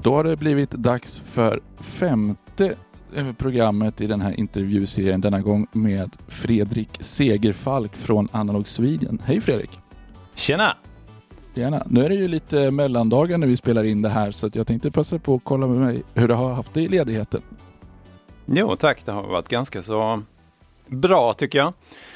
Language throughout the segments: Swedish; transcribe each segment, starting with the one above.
Då har det blivit dags för 5:e programmet i den här intervjuserien, denna gång med Fredrik Segerfalk från Analog Sweden. Hej Fredrik! Tjena! Gärna. Nu är det ju lite mellandagar när vi spelar in det här, så att jag tänkte passa på att kolla med mig hur du har haft det i ledigheten. Jo tack, det har varit ganska så bra tycker jag.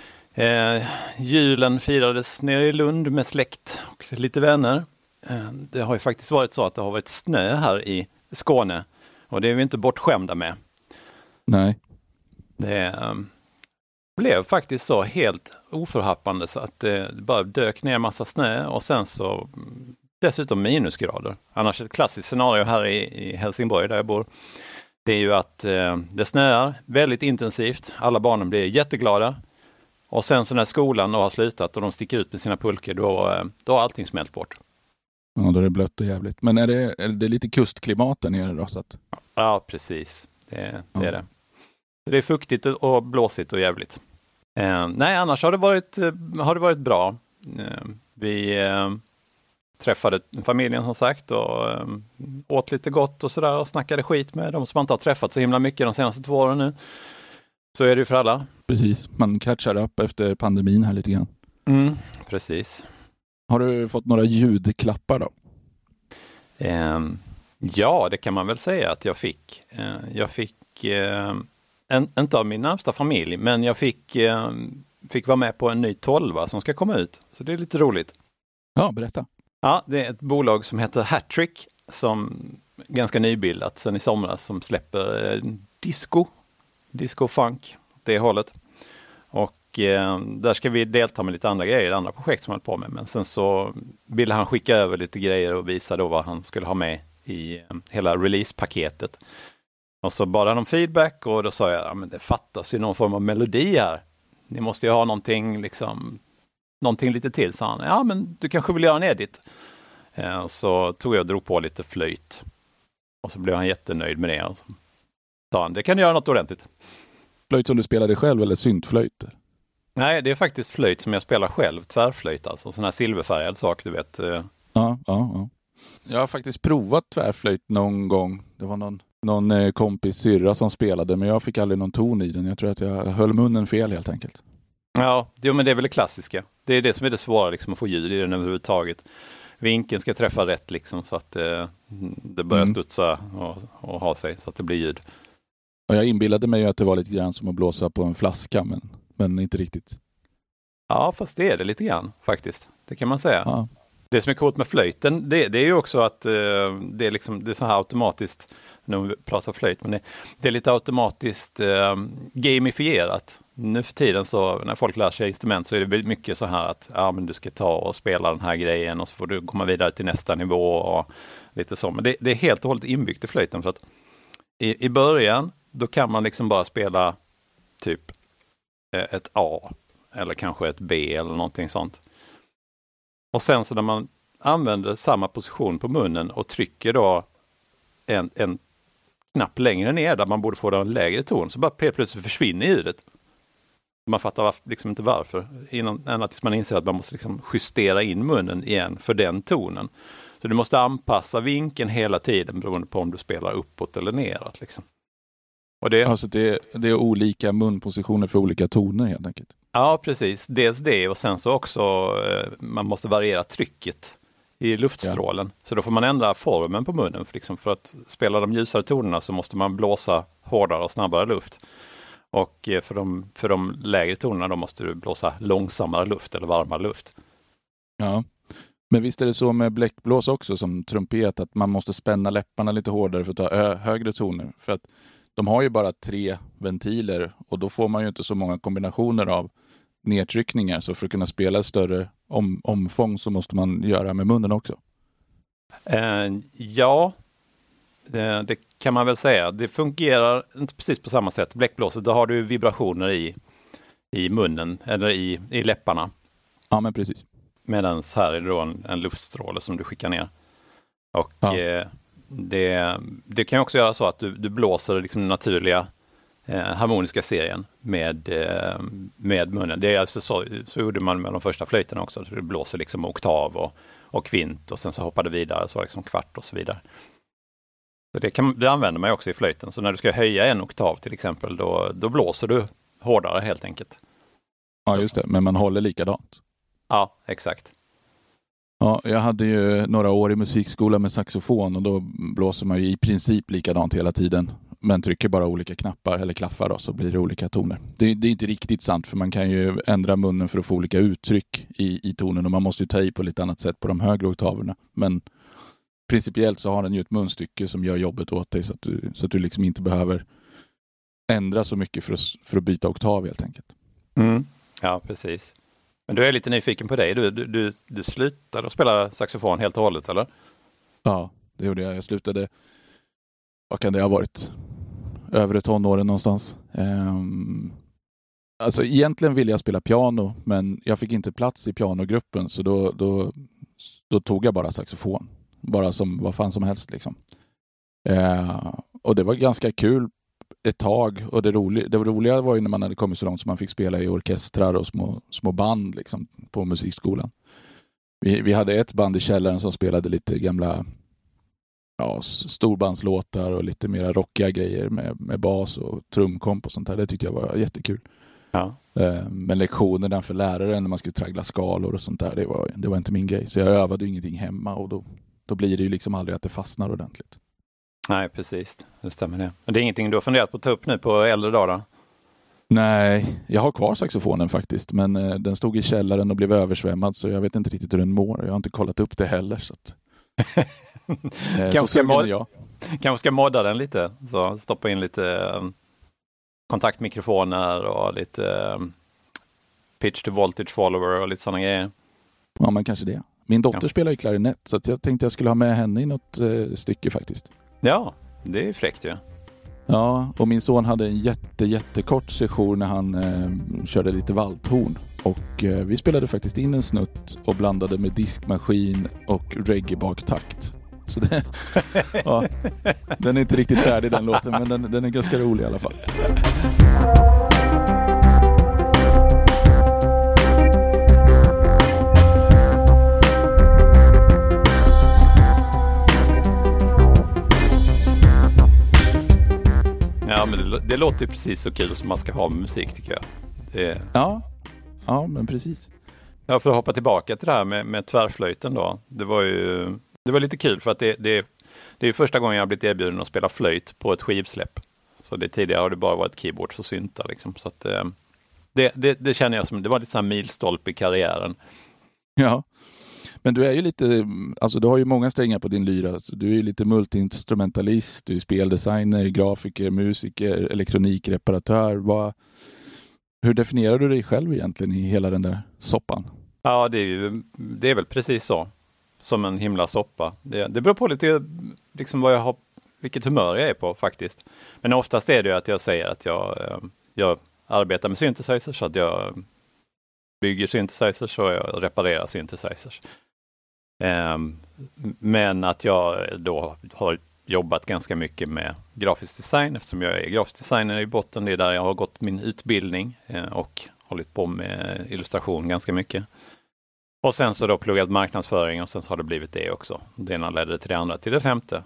Julen firades nere i Lund med släkt och lite vänner. Det har ju faktiskt varit så att det har varit snö här i Skåne och det är vi inte bortskämda med. Nej. Det blev faktiskt så helt oförhappande så att det bara dök ner massa snö och sen så dessutom minusgrader. Annars ett klassiskt scenario här i Helsingborg där jag bor. Det är ju att det snöar väldigt intensivt. Alla barnen blir jätteglada. Och sen så när skolan då har slutat och de sticker ut med sina pulker, då har allting smält bort. Ja, då är det blött och jävligt. Men är det lite kustklimat där nere då? Så att... Ja, precis. Det är det. Det är fuktigt och blåsigt och jävligt. Nej, annars har det varit bra. Vi träffade familjen som sagt och åt lite gott och sådär och snackade skit med dem som man inte har träffat så himla mycket de senaste 2 åren nu. Så är det ju för alla. Precis, man catchar upp efter pandemin här lite grann. Precis. Har du fått några ljudklappar då? Ja, det kan man väl säga att jag fick. Jag fick inte av min närmsta familj, men jag fick vara med på en ny 12 som ska komma ut. Så det är lite roligt. Ja, berätta. Ja, det är ett bolag som heter Hattrick som är ganska nybildat sedan i somras som släpper disco-funk det hållet. Och där ska vi delta med lite andra grejer, andra projekt som jag håller på med. Men sen så ville han skicka över lite grejer och visa då vad han skulle ha med i hela release-paketet. Och så bad han om feedback och då sa jag, ja, men det fattas ju någon form av melodi här. Ni måste ju ha någonting lite till, sa han. Ja, men du kanske vill göra en edit. Så tog jag och drog på lite flöjt. Och så blev han jättenöjd med det. Och så sa han, det kan du göra något ordentligt. Flöjt som du spelade själv eller syntflöjt? Nej, det är faktiskt flöjt som jag spelar själv. Tvärflöjt alltså. Sån här silverfärgad sak, du vet. Ja. Jag har faktiskt provat tvärflöjt någon gång. Det var någon kompis syrra som spelade, men jag fick aldrig någon ton i den. Jag tror att jag höll munnen fel helt enkelt. Ja, men det är väl det klassiska. Det är det som är det svåra, liksom, att få ljud i den överhuvudtaget. Vinkeln ska träffa rätt liksom, så att det börjar studsa och ha sig så att det blir ljud. Och jag inbillade mig ju att det var lite grann som att blåsa på en flaska, men inte riktigt. Ja, fast det är det lite grann faktiskt. Det kan man säga. Ja. Det som är coolt med flöjten, det är ju också att det är så här automatiskt, när vi pratar flöjt, men det är lite automatiskt gamifierat. Nu för tiden så när folk lär sig instrument så är det mycket så här att men du ska ta och spela den här grejen och så får du komma vidare till nästa nivå och lite så. Men det är helt och hållet inbyggt i flöjten, för att i början då kan man liksom bara spela typ ett A eller kanske ett B eller någonting sånt. Och sen så när man använder samma position på munnen och trycker då en knapp längre ner där man borde få en lägre ton, så bara plötsligt försvinner ljudet. Man fattar liksom inte varför. Ända tills man inser att man måste liksom justera in munnen igen för den tonen. Så du måste anpassa vinkeln hela tiden beroende på om du spelar uppåt eller neråt. Liksom. Och alltså det är olika munpositioner för olika toner helt enkelt. Ja, precis. Dels det, och sen så också man måste variera trycket i luftstrålen. Ja. Så då får man ändra formen på munnen. För att spela de ljusare tonerna så måste man blåsa hårdare och snabbare luft. Och för de lägre tonerna då måste du blåsa långsammare luft eller varmare luft. Ja, men visst är det så med bläckblås också som trumpet, att man måste spänna läpparna lite hårdare för att ta högre toner. För att de har ju bara 3 ventiler och då får man ju inte så många kombinationer av nedtryckningar. Så för att kunna spela ett större omfång så måste man göra med munnen också. Ja, det kan man väl säga. Det fungerar inte precis på samma sätt. Bläckblåset, då har du vibrationer i munnen eller i läpparna. Ja, men precis. Medan här är det då en luftstråle som du skickar ner. Och det kan ju också göra så att du blåser liksom den naturliga harmoniska serien med munnen. Det är alltså så gjorde man med de första flöjterna också. Du blåser liksom oktav och kvint och sen så hoppade vidare så liksom kvart och så vidare. Så det använder man också i flöjten. Så när du ska höja en oktav till exempel, då blåser du hårdare helt enkelt. Ja, just det. Men man håller likadant. Ja, exakt. Ja, jag hade ju några år i musikskola med saxofon och då blåser man ju i princip likadant hela tiden. Men trycker bara olika knappar eller klaffar då, så blir det olika toner. Det är inte riktigt sant, för man kan ju ändra munnen för att få olika uttryck i tonen och man måste ju ta i på lite annat sätt på de högre oktaverna. Men principiellt så har den ju ett munstycke som gör jobbet åt dig så att du liksom inte behöver ändra så mycket för att byta oktav helt enkelt. Mm. Ja, precis. Men du är lite nyfiken på dig. Du slutade att spela saxofon helt och hållet, eller? Ja, det gjorde jag. Jag slutade, vad kan det ha varit? Övre tonåren någonstans. Alltså egentligen ville jag spela piano, men jag fick inte plats i pianogruppen, så då tog jag bara saxofon. Bara som vad fan som helst liksom. Och det var ganska kul ett tag, och det roliga var ju när man hade kommit så långt så man fick spela i orkestrar och små band liksom på musikskolan. Vi hade ett band i källaren som spelade lite gamla storbandslåtar och lite mera rockiga grejer med bas och trumkomp och sånt där. Det tyckte jag var jättekul. Ja. Men lektionerna för läraren när man skulle traggla skalor och sånt där, det var inte min grej. Så jag övade ingenting hemma och då blir det ju liksom aldrig att det fastnar ordentligt. Nej, precis. Det stämmer det. Men det är ingenting du har funderat på att ta upp nu på äldre dagar? Nej, jag har kvar saxofonen faktiskt, men den stod i källaren och blev översvämmad, så jag vet inte riktigt hur den mår. Jag har inte kollat upp det heller. Så att... Kanske ska modda den lite. Så stoppa in lite kontaktmikrofoner och lite pitch to voltage follower och lite sådana grejer. Ja, men kanske det. Min dotter spelar ju klarinett, så att jag tänkte jag skulle ha med henne i något stycke faktiskt. Ja, det är fräckt ju. Ja. Ja, och min son hade en jättekort session när han körde lite valthorn. Och vi spelade faktiskt in en snutt och blandade med diskmaskin och reggae-baktakt. Så det, ja, den är inte riktigt färdig den låten, men den är ganska rolig i alla fall. Ja, men det låter precis så kul som man ska ha med musik, tycker jag. Ja, men precis. Ja, för att hoppa tillbaka till det här med tvärflöjten då. Det var lite kul för att det är första gången jag har blivit erbjuden att spela flöjt på ett skivsläpp. Så tidigare har det bara varit keyboards och syntar liksom. Så att det känner jag som, det var lite sån här milstolpe i karriären. Ja. Men du är ju lite, alltså du har ju många strängar på din lyra. Så du är ju lite multi-instrumentalist, du är speldesigner, grafiker, musiker, elektronikreparatör. Hur definierar du dig själv egentligen i hela den där soppan? Ja, det är väl precis så. Som en himla soppa. Det beror på lite liksom vilket humör jag är på faktiskt. Men oftast är det ju att jag säger att jag arbetar med synthesizers, så att jag bygger synthesizers och jag reparerar synthesizers. Men att jag då har jobbat ganska mycket med grafisk design, eftersom jag är grafisk designer i botten. Det är där jag har gått min utbildning och hållit på med illustration ganska mycket. Och sen så då pluggat marknadsföring och sen så har det blivit det också. Det ena ledde till det andra, till det femte.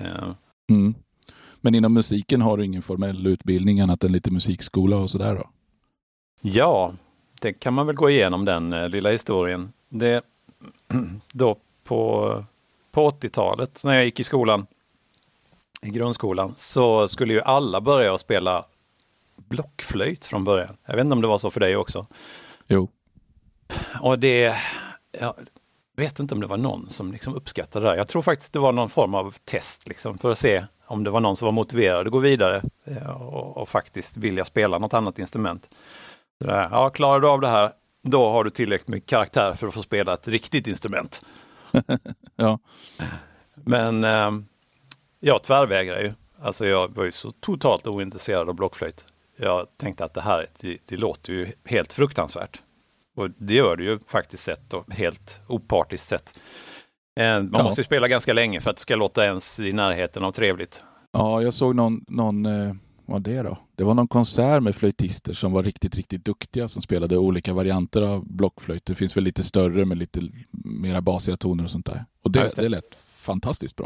Men inom musiken har du ingen formell utbildning annat än lite musikskola och sådär då? Ja, det kan man väl gå igenom den lilla historien. Då på 80-talet när jag gick i skolan, i grundskolan, så skulle ju alla börja att spela blockflöjt från början. Jag vet inte om det var så för dig också. Jo. Och jag vet inte om det var någon som liksom uppskattade det där. Jag tror faktiskt det var någon form av test liksom, för att se om det var någon som var motiverad att gå vidare och faktiskt vilja spela något annat instrument. Ja, klarar du av det här, då har du tillräckligt mycket karaktär för att få spela ett riktigt instrument. Ja. Men jag tvärvägrar ju. Alltså jag var ju så totalt ointresserad av blockflöjt. Jag tänkte att det här det låter ju helt fruktansvärt. Och det gör det ju faktiskt sett och helt opartiskt sett. Man måste ju spela ganska länge för att det ska låta ens i närheten av trevligt. Ja, jag såg någon vad det då? Det var någon konsert med flöjtister som var riktigt, riktigt duktiga som spelade olika varianter av blockflöjt. Det finns väl lite större med lite mera basiga toner och sånt där. Och det lät fantastiskt bra.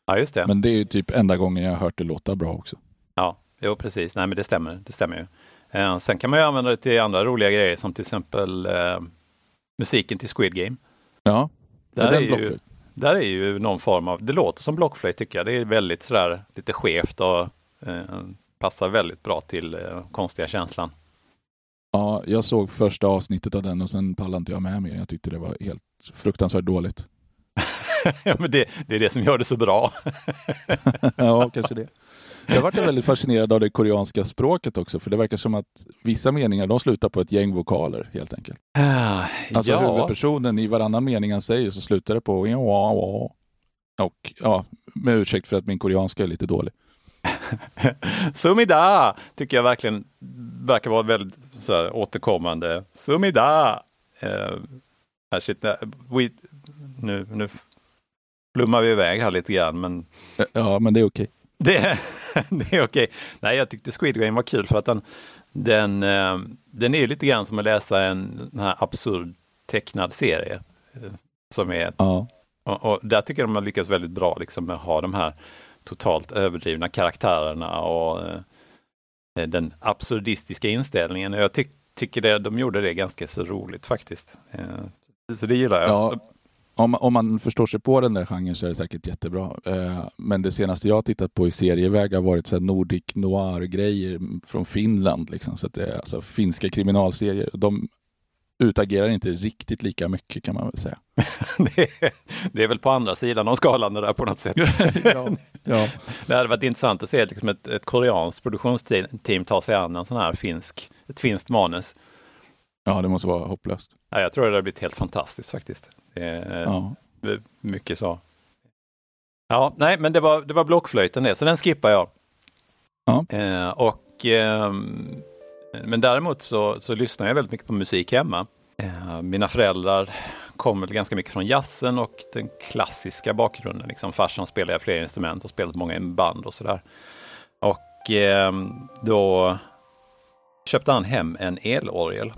Ja, just det. Men det är ju typ enda gången jag har hört det låta bra också. Ja, jo precis. Nej, men det stämmer ju. Sen kan man ju använda det till andra roliga grejer som till exempel musiken till Squid Game. Ja, där är ju någon form av, det låter som blockflöjt tycker jag. Det är väldigt sådär lite skevt och passar väldigt bra till konstiga känslan. Ja, jag såg första avsnittet av den och sen pallade inte jag med mer. Jag tyckte det var helt fruktansvärt dåligt. Ja, men det är det som gör det så bra. Ja, kanske det. Jag var väldigt fascinerad av det koreanska språket också, för det verkar som att vissa meningar de slutar på ett gäng vokaler helt enkelt. Alltså huvudpersonen i varannan mening han säger så slutar det på och ja, med ursäkt för att min koreanska är lite dålig. Sumida tycker jag verkligen verkar vara väldigt så här, återkommande. Sumida! Nu flummar vi iväg här lite grann, men... Ja, men det är okej. Det är okej. Nej, jag tyckte Squid Game var kul för att den är ju lite grann som att läsa en här absurd tecknad serie. Som är... Ja. Och där tycker jag de har lyckats väldigt bra liksom, med att ha de här totalt överdrivna karaktärerna och den absurdistiska inställningen. Jag tycker de gjorde det ganska så roligt faktiskt. Så det gillar jag. Ja, om man förstår sig på den där genren så är det säkert jättebra. Men det senaste jag har tittat på i serieväg har varit så här Nordic noir-grejer från Finland. Liksom. Så att det är alltså finska kriminalserier. De utagerar inte riktigt lika mycket kan man väl säga. det är väl på andra sidan av skalan det där på något sätt. Ja. Det hade varit intressant att se liksom ett koreanskt produktionsteam ta sig an en sån här ett finskt manus. Ja, det måste vara hopplöst. Ja, jag tror det har blivit helt fantastiskt faktiskt. Mycket så. Ja, nej, men det var blockflöjten det, så den skippar jag. Ja. Men däremot så lyssnar jag väldigt mycket på musik hemma. Mina föräldrar kommer ganska mycket från jazzen och den klassiska bakgrunden. Liksom, farsan spelar flera instrument och spelat många i band och sådär. Och då köpte han hem en elorgel.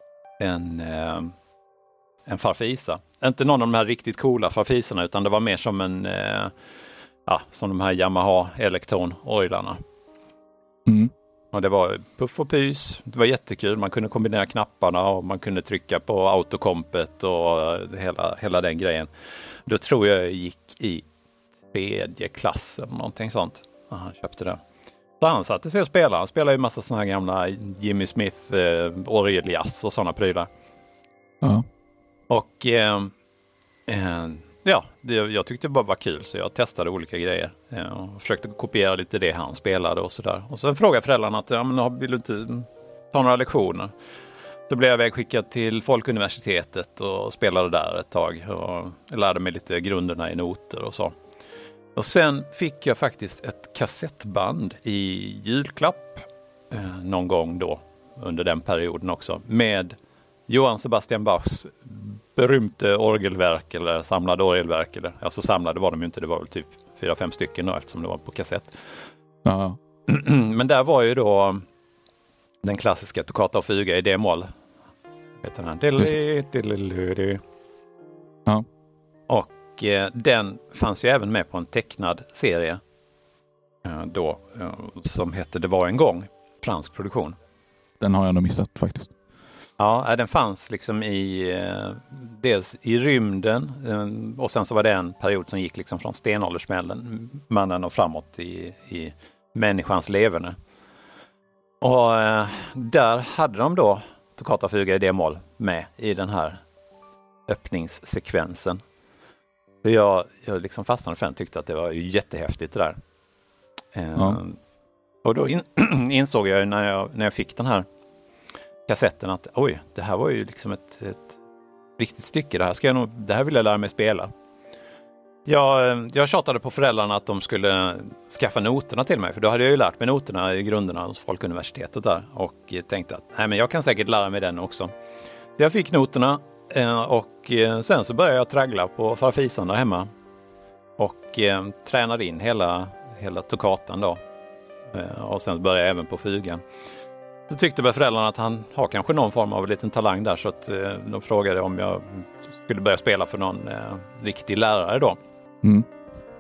En Farfisa. Inte någon av de här riktigt coola Farfisarna utan det var mer som som de här Yamaha Elektron-orglarna. Mm. Och det var puff och pys. Det var jättekul. Man kunde kombinera knapparna och man kunde trycka på autokompet och hela den grejen. Då tror jag gick i 3:e klass eller någonting sånt. Han köpte det. Så han satte sig och spelade. Han spelade ju massa sådana här gamla Jimmy Smith, orgeljazz och sådana prylar. Ja. Och jag tyckte det bara var kul så jag testade olika grejer och försökte kopiera lite det han spelade och sådär. Och sen frågade föräldrarna att vill du inte ta några lektioner? Då blev jag vägskickad till Folkuniversitetet och spelade där ett tag och lärde mig lite grunderna i noter och så. Och sen fick jag faktiskt ett kassettband i julklapp någon gång då under den perioden också med Johann Sebastian Bachs berömte orgelverk eller samlade orgelverk. Alltså samlade var de ju inte, det var väl typ 4-5 stycken då, eftersom det var på kassett. Ja. Men där var ju då den klassiska toccata och fuga i D-moll. Vet den här? Ja. Och den fanns ju även med på en tecknad serie då som hette Det var en gång, fransk produktion. Den har jag nog missat faktiskt. Ja, den fanns liksom dels i rymden och sen så var det en period som gick liksom från stenåldersmannen och framåt i människans leverne. Och där hade de då toccata fuga i D-moll med i den här öppningssekvensen. Så jag liksom fastnade för den, tyckte att det var ju jättehäftigt det där. Och då insåg jag när jag fick den här kassetten att oj, det här var ju liksom ett riktigt stycke. Det här vill jag lära mig spela. Jag tjatade på föräldrarna att de skulle skaffa noterna till mig, för då hade jag ju lärt mig noterna i grunderna hos Folkuniversitetet där och tänkte att nej, men jag kan säkert lära mig den också. Så jag fick noterna och sen så började jag traggla på farfisan där hemma och tränade in hela toccatan då. Och sen började jag även på fugan. Så tyckte väl föräldrarna att han har kanske någon form av liten talang där, så att de frågade om jag skulle börja spela för någon riktig lärare då. Mm.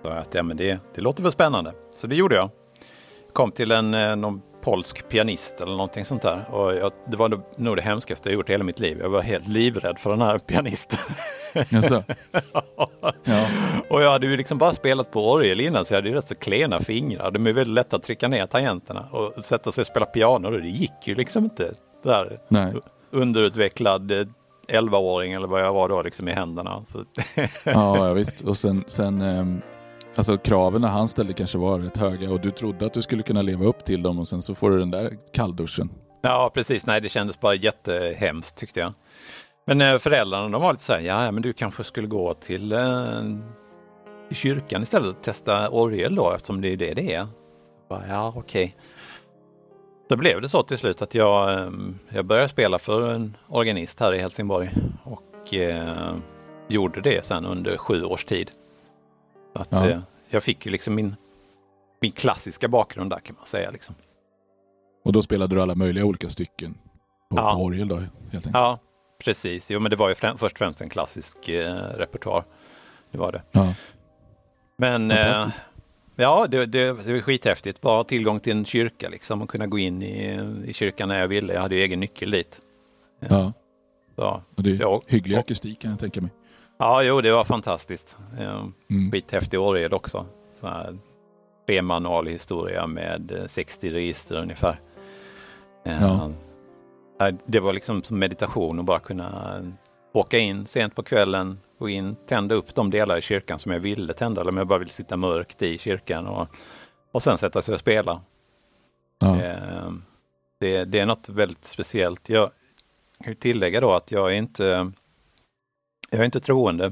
Så att, ja, men det låter väl spännande. Så det gjorde jag. Kom till någon polsk pianist eller någonting sånt där. Och det var nog det hemskaste jag gjort i hela mitt liv. Jag var helt livrädd för den här pianisten. Jaså? Ja. Och jag hade ju liksom bara spelat på orgel innan, så jag hade ju rätt så klena fingrar. De är väldigt lätt att trycka ner tangenterna och sätta sig och spela piano. Och det gick ju liksom inte. Det där underutvecklad 11-åring eller vad jag var då liksom i händerna. Så. Ja, visst. Och sen alltså kraven när han ställde kanske var rätt höga och du trodde att du skulle kunna leva upp till dem och sen så får du den där kallduschen. Ja, precis. Nej, det kändes bara jättehemskt tyckte jag. Men föräldrarna, de var lite så här, ja men du kanske skulle gå till kyrkan istället och testa orgel då, eftersom det är det är. Bara, ja, okej. Så blev det så till slut att jag började spela för en organist här i Helsingborg och gjorde det sen under 7 års tid. Att jag fick ju liksom min klassiska bakgrund där kan man säga liksom. Och då spelade du alla möjliga olika stycken på orgel då helt enkelt. Ja, precis. Jo, men det var ju först och främst en klassisk repertoar. Det var det. Ja. Men ja, det var skithäftigt. Bara tillgång till en kyrka liksom och kunna gå in i kyrkan när jag ville. Jag hade ju egen nyckel dit. Ja. Så, och det är hygglig akustik kan jag tänka mig. Ja, jo, det var fantastiskt. Skithäftig orgel också. Så här 3-manual historia med 60 register ungefär. Ja. Det var liksom som meditation och bara kunna åka in sent på kvällen, gå in, tända upp de delar i kyrkan som jag ville tända, eller om jag bara ville sitta mörkt i kyrkan och sen sätta sig och spela. Ja. Det är något väldigt speciellt. Jag kan ju tillägga då att jag är inte troende.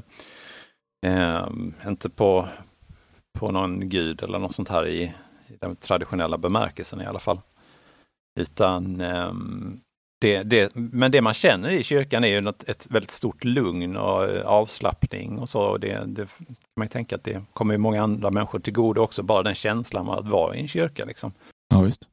Inte på någon gud eller något sånt här i den traditionella bemärkelsen i alla fall. Utan men det man känner i kyrkan är ju ett väldigt stort lugn och avslappning och så. Det kan man ju tänka att det kommer ju många andra människor till godo också, bara den känslan av att vara i en kyrka liksom. Ja, visst.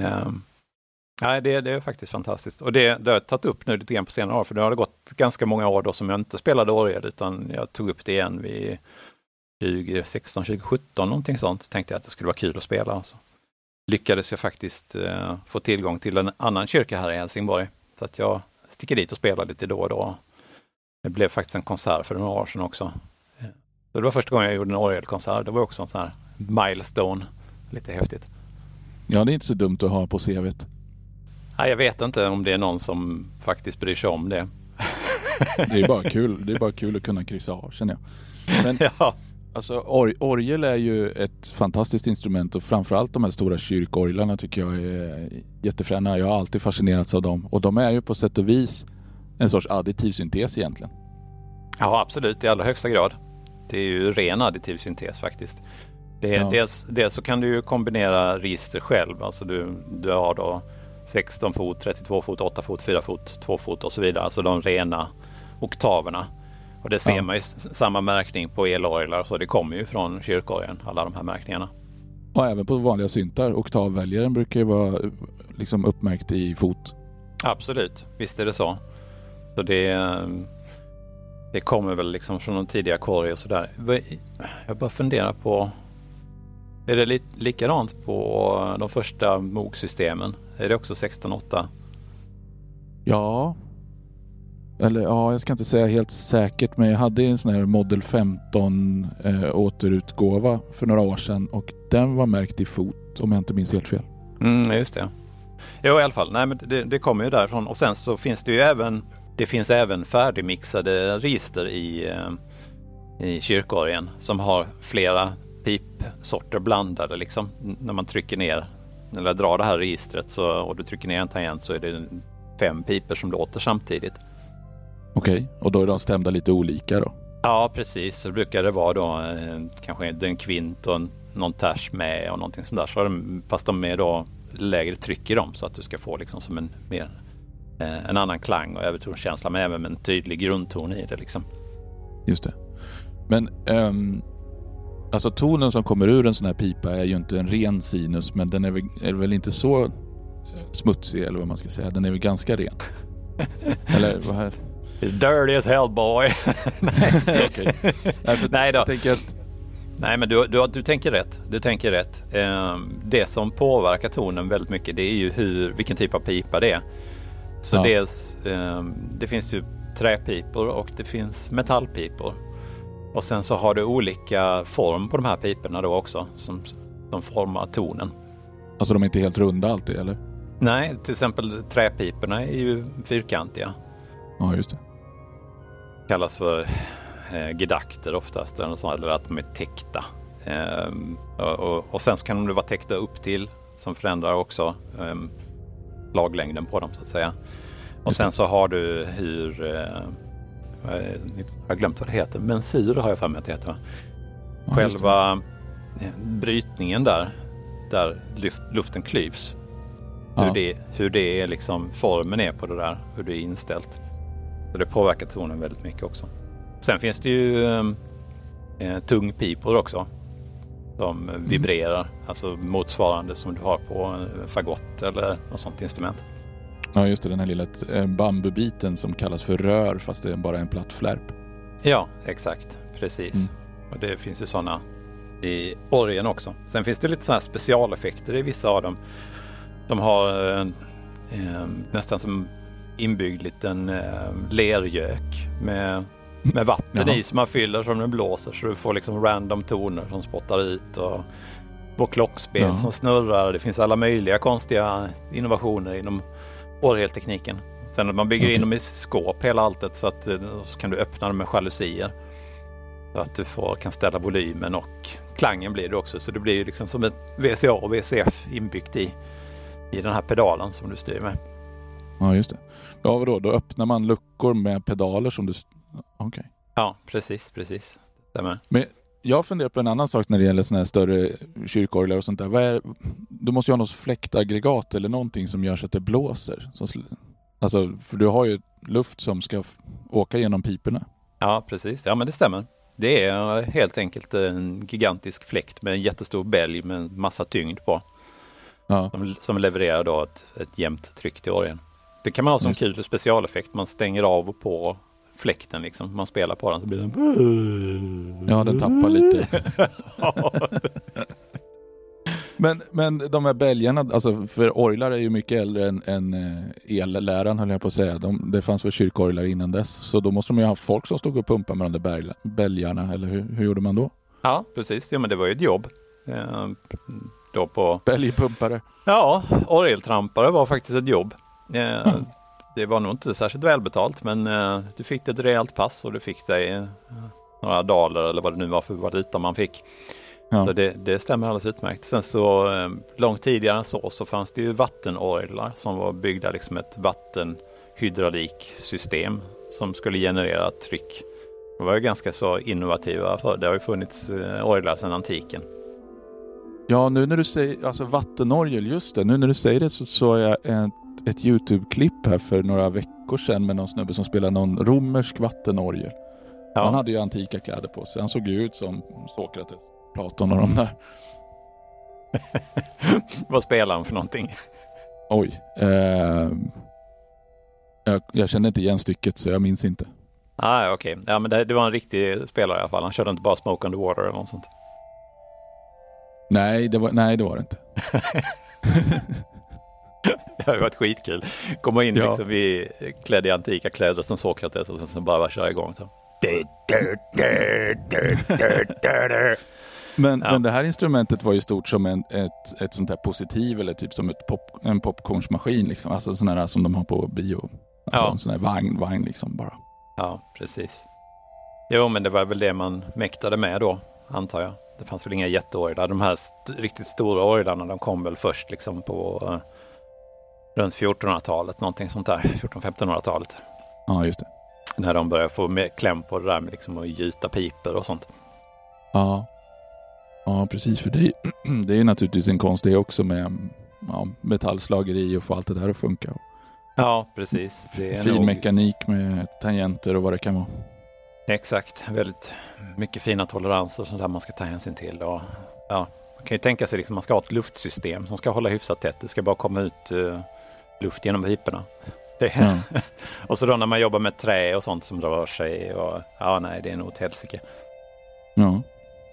Det är faktiskt fantastiskt. Och det har jag tagit upp nu lite grann på senare år, för det har gått ganska många år då som jag inte spelade orgel, utan jag tog upp det igen vid 2016, 2017 någonting sånt. Tänkte jag att det skulle vara kul att spela. Alltså. Lyckades jag faktiskt få tillgång till en annan kyrka här i Helsingborg. Så att jag sticker dit och spelar lite då och då. Det blev faktiskt en konsert för några år sedan också. Så det var första gången jag gjorde en orgelkonsert. Det var också en sån här milestone. Lite häftigt. Ja, det är inte så dumt att ha på CV:t. Nej, jag vet inte om det är någon som faktiskt bryr sig om det. Det är bara kul. Det är bara kul att kunna kryssa av, känner jag. Men ja. Alltså orgel är ju ett fantastiskt instrument och framförallt de här stora kyrkorglarna tycker jag är jättefräna. Jag har alltid fascinerats av dem och de är ju på sätt och vis en sorts additiv syntes egentligen. Ja, absolut, i allra högsta grad. Det är ju ren additiv syntes faktiskt. Dels så kan du ju kombinera register själv. Alltså du har då 16 fot, 32 fot, 8 fot, 4 fot, 2 fot och så vidare. Alltså de rena oktaverna. Och det ser man ju samma märkning på elorglar, så det kommer ju från kyrkorgeln, alla de här märkningarna. Och även på vanliga syntar. Oktavväljaren brukar ju vara liksom uppmärkt i fot. Absolut, visst är det så. Så det kommer väl liksom från de tidiga korgar och sådär. Jag bara funderar på, är det likadant på de första MOG-systemen? Är det också 16.8? Ja. Eller ja, jag ska inte säga helt säkert, men jag hade en sån här Model 15 återutgåva för några år sedan och den var märkt i fot, om jag inte minns helt fel. Just det. Jo, i alla fall. Nej, men det kommer ju därifrån. Och sen så finns det ju även färdigmixade register i kyrkorgeln som har flera pipsorter blandade liksom. När man trycker ner eller drar det här registret och du trycker ner en tangent så är det 5 piper som låter samtidigt. Okej, och då är de stämda lite olika då? Ja, precis. Så brukar det vara då kanske en kvint och någon ters med och någonting sånt där. Så fast de är då lägre tryck i dem så att du ska få liksom som en annan klang och övertonkänsla, men även med en tydlig grundton i det liksom. Just det. Men alltså tonen som kommer ur en sån här pipa är ju inte en ren sinus, men den är väl inte så smutsig eller vad man ska säga. Den är väl ganska ren. Eller vad här? It's dirty as hell, boy. Nej, okay. Nej då. Jag tänker att Nej, men du tänker rätt. Du tänker rätt. Det som påverkar tonen väldigt mycket, det är ju vilken typ av pipa det är. Så dels, det finns ju träpipor och det finns metallpipor. Och sen så har du olika form på de här piporna då också som formar tonen. Alltså de är inte helt runda alltid, eller? Nej, till exempel träpiporna är ju fyrkantiga. Ja, just det. Kallas för gedakter oftast, eller att de är täckta. Och sen så kan de vara täckta upp till, som förändrar också laglängden på dem så att säga. Och sen så har du jag har glömt vad det heter, mensur har jag för mig att det heter. Ja, själva brytningen där luften klyvs. Ja. Hur det är liksom, formen är på det där, hur det är inställt. Så det påverkar tonen väldigt mycket också. Sen finns det ju tungpipor också som vibrerar, alltså motsvarande som du har på en fagott eller något sånt instrument. Ja, just det, den här lilla bambubiten som kallas för rör fast det är bara en platt flärp. Ja, exakt, precis. Och det finns ju sådana i orgeln också. Sen finns det lite sådana här specialeffekter i vissa av dem. De har nästan som inbyggd liten lergök med vatten i som man fyller som den blåser, så du får liksom random toner som spottar ut och klockspel som snurrar. Det finns alla möjliga konstiga innovationer inom orgeltekniken. Sen att man bygger in dem i skåp hela alltet så att så kan du öppna dem med jalusier så att du kan ställa volymen och klangen blir det också, så det blir liksom som ett VCA och VCF inbyggt i den här pedalen som du styr med. Ja, just det. Ja, vadå? Då öppnar man luckor med pedaler som du... Okej. Ja, precis. Stämmer. Men jag funderar på en annan sak när det gäller såna här större kyrkorglar och sånt där. Du måste ju ha något fläktaggregat eller någonting som gör så att det blåser. Alltså, för du har ju luft som ska åka genom piporna. Ja, precis. Ja, men det stämmer. Det är helt enkelt en gigantisk fläkt med en jättestor bälg med en massa tyngd på. Ja. Som levererar då ett jämnt tryck till orgeln. Det kan man ha som kul specialeffekt. Man stänger av och på fläkten liksom. Man spelar på den så blir den... Ja, den tappar lite. Men de här bälgarna, alltså för orglar är ju mycket äldre än elläran, höll jag på att säga. Det fanns väl kyrkorglar innan dess. Så då måste man ju ha folk som stod och pumpade med de där bälgarna. Eller hur gjorde man då? Ja, precis. Ja, men det var ju ett jobb. Då på... Bälgpumpare. Ja, orgeltrampare var faktiskt ett jobb. Det var nog inte särskilt välbetalt, men du fick ett rejält pass och du fick dig några daler eller vad det nu var för valuta man fick. Ja. Så det stämmer alldeles utmärkt. Sen så långt tidigare så fanns det ju vattenorglar som var byggda liksom ett vattenhydrauliksystem som skulle generera tryck. Det var ju ganska så innovativa, för det har ju funnits orglar sedan antiken. Ja, nu när du säger, alltså vattenorgel, just det. Nu när du säger det så såg jag ett YouTube-klipp här för några veckor sedan med någon snubbe som spelar någon romersk vattenorgel. Ja. Han hade ju antika kläder på sig. Han såg ju ut som Sokrates, Platon och de där. Vad spelar han för någonting? Oj. Jag känner inte igen stycket så jag minns inte. Okej. Ja, men det var en riktig spelare i alla fall. Han körde inte bara Smoke on the Water eller något sånt. Nej, det var det inte. Det har ju varit skitkul. Komma in liksom klädd i antika kläder som Sokrates och sen bara köra igång så. Men det här instrumentet var ju stort som ett sånt här positiv eller typ som en popcornsmaskin liksom. Alltså sån här som de har på bio. Alltså en sån här vagn liksom bara. Ja, precis. Jo, men det var väl det man mäktade med då, antar jag. Det fanns väl inga jätteorglar. De här riktigt stora orglarna, de kom väl först liksom på runt 1400-talet, någonting sånt där. 1400-1500-talet. Ja, just det. När de började få mer kläm på det där med liksom att gjuta piper och sånt. Ja, precis. För det är ju naturligtvis en konst det också med metallslageri och få allt det där att funka. Ja, precis. Det är fin mekanik med tangenter och vad det kan vara. Exakt. Väldigt mycket fina toleranser som där man ska ta hänsyn till. Och, man kan ju tänka sig liksom, man ska ha ett luftsystem som ska hålla hyfsat tätt. Det ska bara komma ut luft genom piporna. Och så då när man jobbar med trä och sånt som rör sig. Och, det är nog ett helsike. Ja.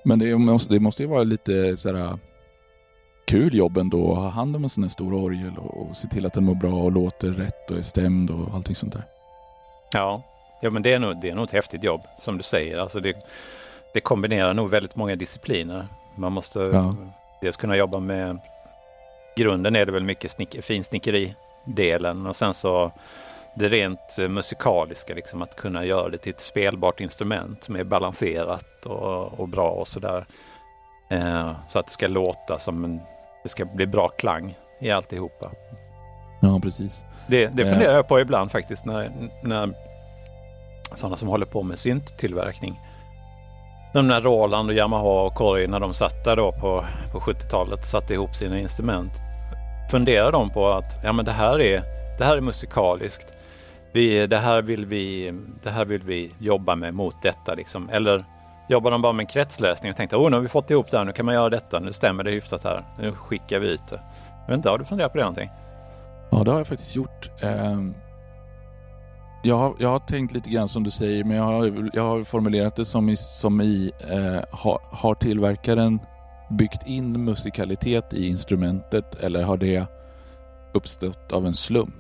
Men det måste ju vara lite sådär kul jobb ändå att ha hand om en sån här stor orgel och se till att den mår bra och låter rätt och är stämd och allting sånt där. Ja, men det är nog ett häftigt jobb som du säger. Alltså det kombinerar nog väldigt många discipliner. Man måste dels kunna jobba med, grunden är det väl mycket finsnickeri-delen och sen så det rent musikaliska, liksom att kunna göra det till ett spelbart instrument som är balanserat och bra och sådär. Så att det ska låta som det ska bli bra klang i alltihopa. Ja, precis. Det funderar jag på ibland faktiskt när sådana som håller på med synttillverkning. De där Roland och Yamaha och Korg, när de satt där då på 70-talet, satte ihop sina instrument. Funderar de på att men det här är musikaliskt. Det här vill vi jobba med mot detta liksom. Eller jobbar de bara med en kretslösning och tänkte, nu har vi fått ihop det här, nu kan man göra detta, nu stämmer det hyfsat här, nu skickar vi ut det. Jag vet inte, har du funderat på det någonting? Ja, det har jag faktiskt gjort. Jag har tänkt lite grann som du säger, men jag har formulerat det har tillverkaren byggt in musikalitet i instrumentet, eller har det uppstått av en slump?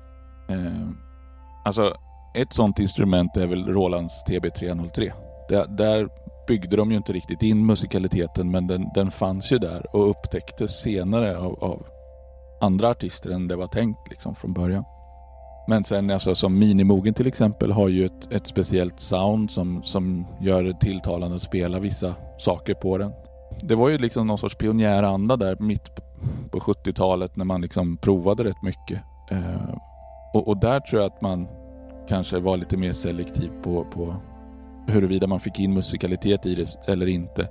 Alltså, ett sånt instrument är väl Rolands TB303. Där byggde de ju inte riktigt in musikaliteten, men den fanns ju där och upptäcktes senare av andra artister än det var tänkt liksom från början. Men sen alltså, som Minimogen till exempel har ju ett speciellt sound som gör det tilltalande att spela vissa saker på den. Det var ju liksom någon sorts pionjäranda där mitt på 70-talet när man liksom provade rätt mycket. Och där tror jag att man kanske var lite mer selektiv på huruvida man fick in musikalitet i det eller inte.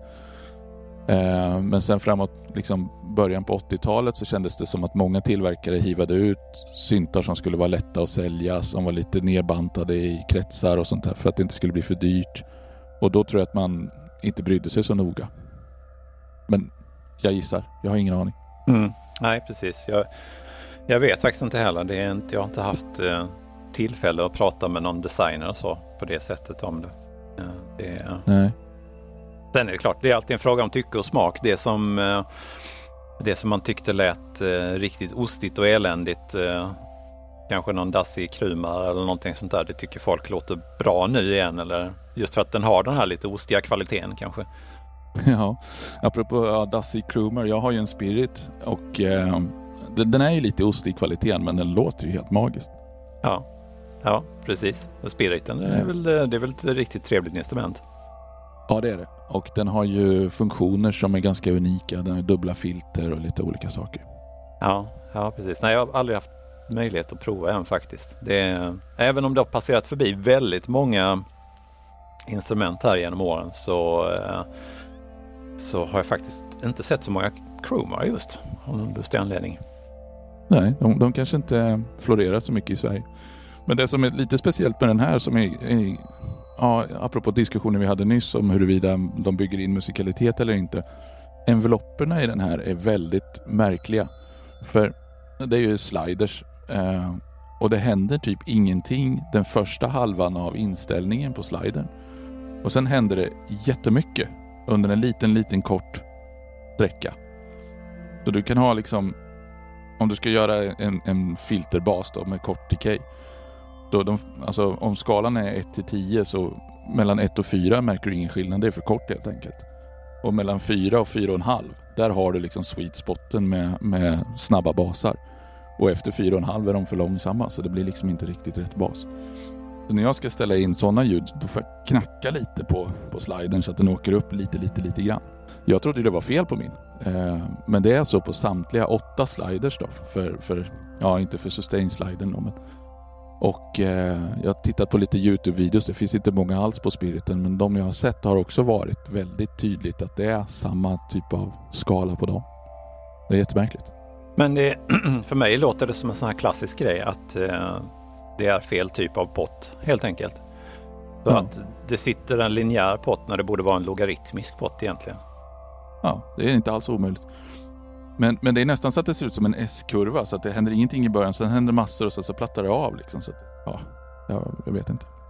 Men sen framåt liksom början på 80-talet så kändes det som att många tillverkare hivade ut syntar som skulle vara lätta att sälja, som var lite nerbantade i kretsar och sånt där för att det inte skulle bli för dyrt. Och då tror jag att man inte brydde sig så noga. Men jag gissar, jag har ingen aning. Nej, precis. Jag vet faktiskt inte heller. Jag har inte haft tillfälle att prata med någon designer och så på det sättet om det. Nej. Sen är det klart, det är alltid en fråga om tycke och smak. Det som man tyckte lät riktigt ostigt och eländigt, kanske någon dassig krumar eller någonting sånt där, det tycker folk låter bra nu igen, eller just för att den har den här lite ostiga kvaliteten kanske. Ja, apropå dassig krumar, jag har ju en Spirit och den är ju lite ostig i kvaliteten, men den låter ju helt magiskt. Ja, precis. Spiriten det är väl ett riktigt trevligt instrument. Ja, det är det. Och den har ju funktioner som är ganska unika. Den har dubbla filter och lite olika saker. Ja, precis. Nej, jag har aldrig haft möjlighet att prova än faktiskt. Även om det har passerat förbi väldigt många instrument här genom åren så har jag faktiskt inte sett så många Cromar just av någon lustig anledning. Nej, de kanske inte florerar så mycket i Sverige. Men det som är lite speciellt med den här som är apropå diskussionen vi hade nyss om huruvida de bygger in musikalitet eller inte. Envelopperna i den här är väldigt märkliga. För det är ju sliders och det händer typ ingenting den första halvan av inställningen på slidern. Och sen händer det jättemycket under en liten kort sträcka. Så du kan ha liksom, om du ska göra en filterbas då med kort decay, då alltså om skalan är 1-10 så mellan 1 och 4 märker du ingen skillnad, det är för kort helt enkelt. Och mellan 4 och 4,5 där har du liksom sweet spotten med snabba basar. Och efter 4,5 är de för långsamma så det blir liksom inte riktigt rätt bas. Så när jag ska ställa in sådana ljud då får jag knacka lite på slidern så att den åker upp lite grann. Jag trodde det var fel på min. Men det är så på samtliga 8 sliders då. Inte för sustain-slidern då, men. Och jag har tittat på lite YouTube-videos. Det finns inte många alls på Spiriten, men de jag har sett har också varit väldigt tydligt att det är samma typ av skala på dem. Det är jättemärkligt. Men för mig låter det som en sån här klassisk grej att det är fel typ av pott helt enkelt. Så att det sitter en linjär pott när det borde vara en logaritmisk pott egentligen. Ja, det är inte alls omöjligt. Men det är nästan så att det ser ut som en S-kurva så att det händer ingenting i början, sen händer massor och så plattar det av liksom. Så att, jag vet inte.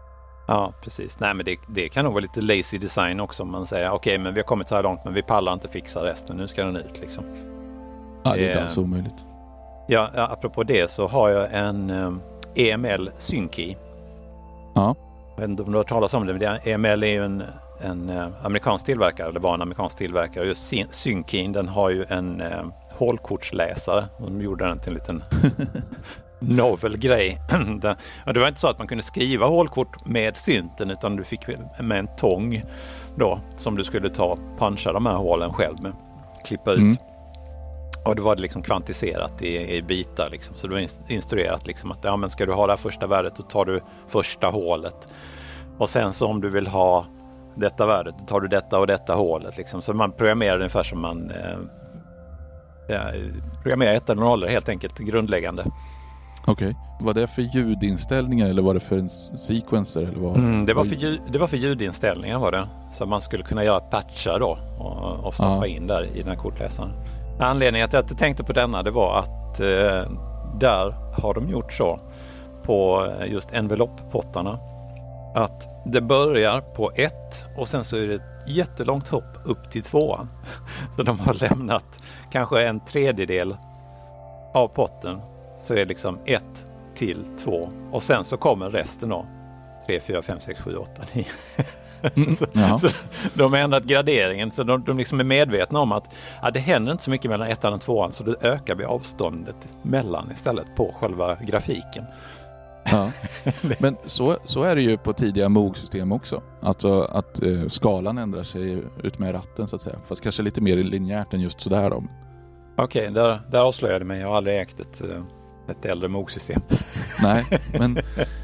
Ja, precis. Nej, men det kan nog vara lite lazy design också om man säger okej, men vi har kommit så här långt men vi pallar inte fixa resten, nu ska den ut liksom. Ja, det är inte alls omöjligt. Ja, apropå det så har jag en EML Synkey. Ja. Jag vet inte om du har talat om det, men EML är ju en amerikansk tillverkare, eller var en amerikansk tillverkare. Just Synkey, den har ju en hålkortsläsare. De gjorde den till en liten novel grej. Det var inte så att man kunde skriva hålkort med synten, utan du fick med en tång då, som du skulle puncha de här hålen själv med. Klippa ut. Och då var det liksom kvantiserat i bitar liksom. Så du var instruerat liksom att ja, men ska du ha det här första värdet, då tar du första hålet. Och sen så om du vill ha detta värdet, då tar du detta och detta hålet liksom. Så man programmerar ungefär som man programmerar ettor och nollor, helt enkelt grundläggande. Okej. Var det för ljudinställningar eller var det för en sequencer? Eller vad? Det var för ljudinställningar var det. Så man skulle kunna göra patchar då och stoppa in där i den här kortläsaren. Anledningen till att jag tänkte på denna, det var att där har de gjort så på just envelope-pottarna att det börjar på 1 och sen så är det ett jättelångt hopp upp till 2. Så de har lämnat kanske en tredjedel av potten, så är det liksom 1 till 2 och sen så kommer resten då 3, 4, 5, 6, 7, 8, 9. Så de har ändrat graderingen, så de liksom är medvetna om att det händer inte så mycket mellan 1 och 2, så då ökar vi avståndet mellan istället på själva grafiken. Ja. Men så är det ju på tidiga Moog-system också. Alltså att skalan ändrar sig ut med ratten så att säga. Fast kanske lite mer linjärt än just sådär då. Okej, där avslöjade mig. Jag har aldrig ägt ett äldre Moog-system. Nej, men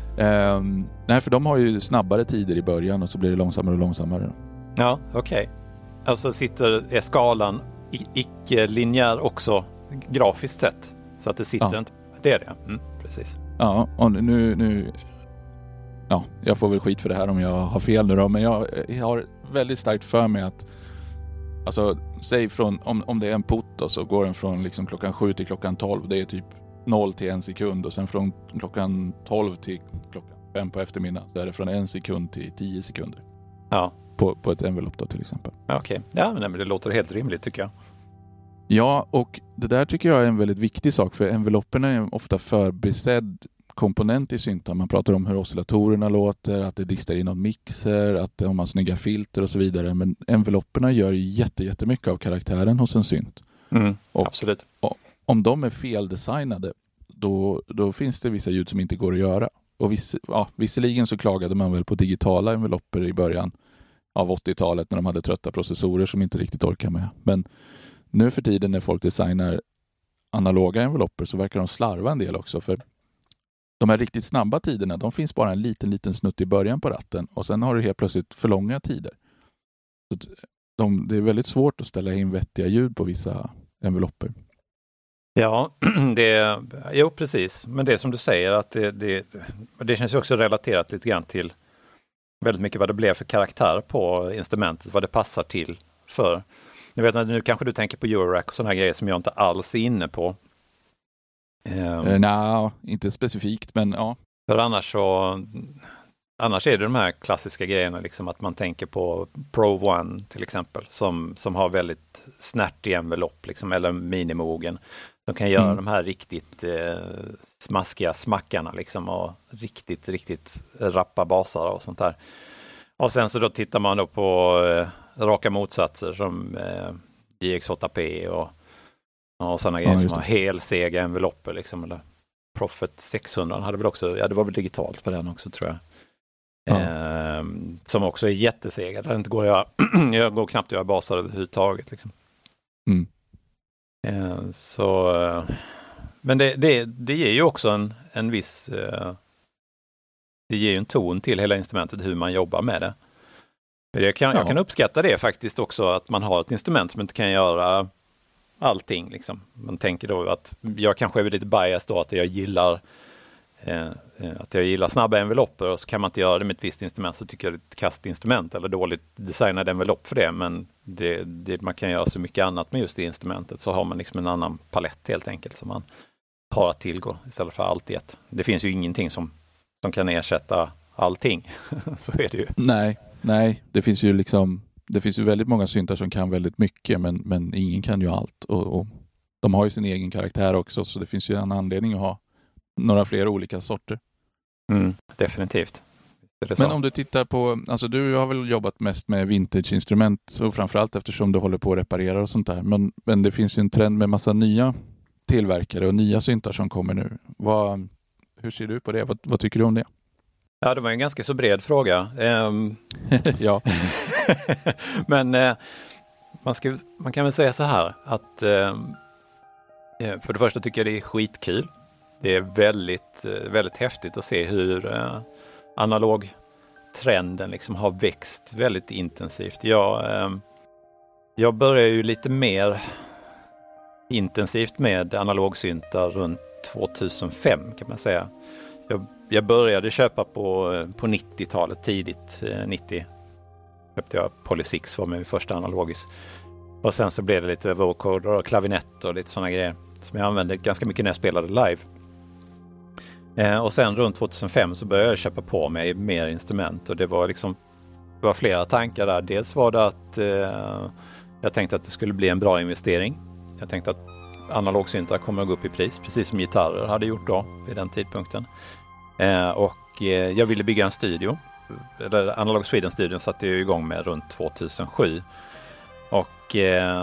nej, för de har ju snabbare tider i början och så blir det långsammare och långsammare. Ja, okej. Alltså är skalan icke-linjär också grafiskt sett? Så att det sitter inte... Det är det, precis. Ja, och nu ja, jag får väl skit för det här om jag har fel nu då, men jag har väldigt starkt för mig att alltså, säg från, om det är en put då, så går den från liksom klockan 7 till klockan 12, det är typ 0 till 1 sekund, och sen från klockan 12 till klockan 5 på eftermiddagen så är det från 1 sekund till 10 sekunder. Ja. På ett envelope då till exempel. Okej. Ja, men det låter helt rimligt tycker jag. Ja, och det där tycker jag är en väldigt viktig sak, för enveloperna är ofta förbisedd komponent i syntar. Man pratar om hur oscillatorerna låter, att det distar in någon mixer, att de har snygga filter och så vidare. Men enveloperna gör jättemycket av karaktären hos en synt. Och absolut. Om de är feldesignade, då finns det vissa ljud som inte går att göra. Och visserligen så klagade man väl på digitala enveloper i början av 80-talet när de hade trötta processorer som inte riktigt orkar med. Men nu för tiden när folk designar analoga enveloper så verkar de slarva en del också, för de här riktigt snabba tiderna, de finns bara en liten snutt i början på ratten och sen har du helt plötsligt för långa tider. Så det är väldigt svårt att ställa in vettiga ljud på vissa enveloper. Ja, jo precis. Men det som du säger, att det känns ju också relaterat lite grann till väldigt mycket vad det blev för karaktär på instrumentet, vad det passar till för. Jag vet att nu kanske du tänker på Eurorack och sådana grejer som jag inte alls är inne på. Nej, inte specifikt, men ja. För annars är det de här klassiska grejerna, liksom att man tänker på Pro One till exempel, som har väldigt snärtig envelope, liksom, eller minimogen. De kan göra de här riktigt smaskiga smackarna liksom, och riktigt rappa basar och sånt där. Och sen så då tittar man då på raka motsatser som JX8P och sådana grejer som har helsega enveloper liksom, eller Prophet 600 hade väl också, det var väl digitalt på den också tror jag. Som också är jättesega, där det inte går att göra, jag går knappt att göra basar överhuvudtaget liksom. Men det ger ju också en viss det ger ju en ton till hela instrumentet, hur man jobbar med det. Jag kan uppskatta det faktiskt också, att man har ett instrument som inte kan göra allting liksom. Man tänker då att jag kanske är lite biased då, att jag gillar snabba enveloper, och så kan man inte göra det med ett visst instrument, så tycker jag det är ett kastinstrument eller dåligt designad envelop för det, men man kan göra så mycket annat med just det instrumentet, så har man liksom en annan palett helt enkelt som man har att tillgå istället för allt i ett. Det finns ju ingenting som kan ersätta allting. Så är det ju. Nej. Det finns ju väldigt många syntar som kan väldigt mycket, men ingen kan ju allt. Och de har ju sin egen karaktär också, så det finns ju en anledning att ha några fler olika sorter. Definitivt. Men om du tittar på, alltså du har väl jobbat mest med vintage-instrument, och framförallt eftersom du håller på att reparera och sånt där. Men det finns ju en trend med massa nya tillverkare och nya syntar som kommer nu. Hur ser du på det? Vad tycker du om det? Ja, det var en ganska så bred fråga. Ja. Men man kan väl säga så här att för det första tycker jag det är skitkul. Det är väldigt, väldigt häftigt att se hur analogtrenden liksom har växt väldigt intensivt. Jag började ju lite mer intensivt med analogsyntar runt 2005 kan man säga. Jag började köpa på 90-talet, tidigt 90. Köpte jag Poly 6, var min första analogis. Och sen så blev det lite vocoder och klavinett och lite sådana grejer som jag använde ganska mycket när jag spelade live. Och sen runt 2005 så började jag köpa på mig mer instrument, och det var flera tankar där. Dels var det att jag tänkte att det skulle bli en bra investering. Jag tänkte att analogsyntar kommer att gå upp i pris, precis som gitarrer hade gjort då vid den tidpunkten. Och jag ville bygga en studio. Analog Sweden-studion satte jag igång med runt 2007. Och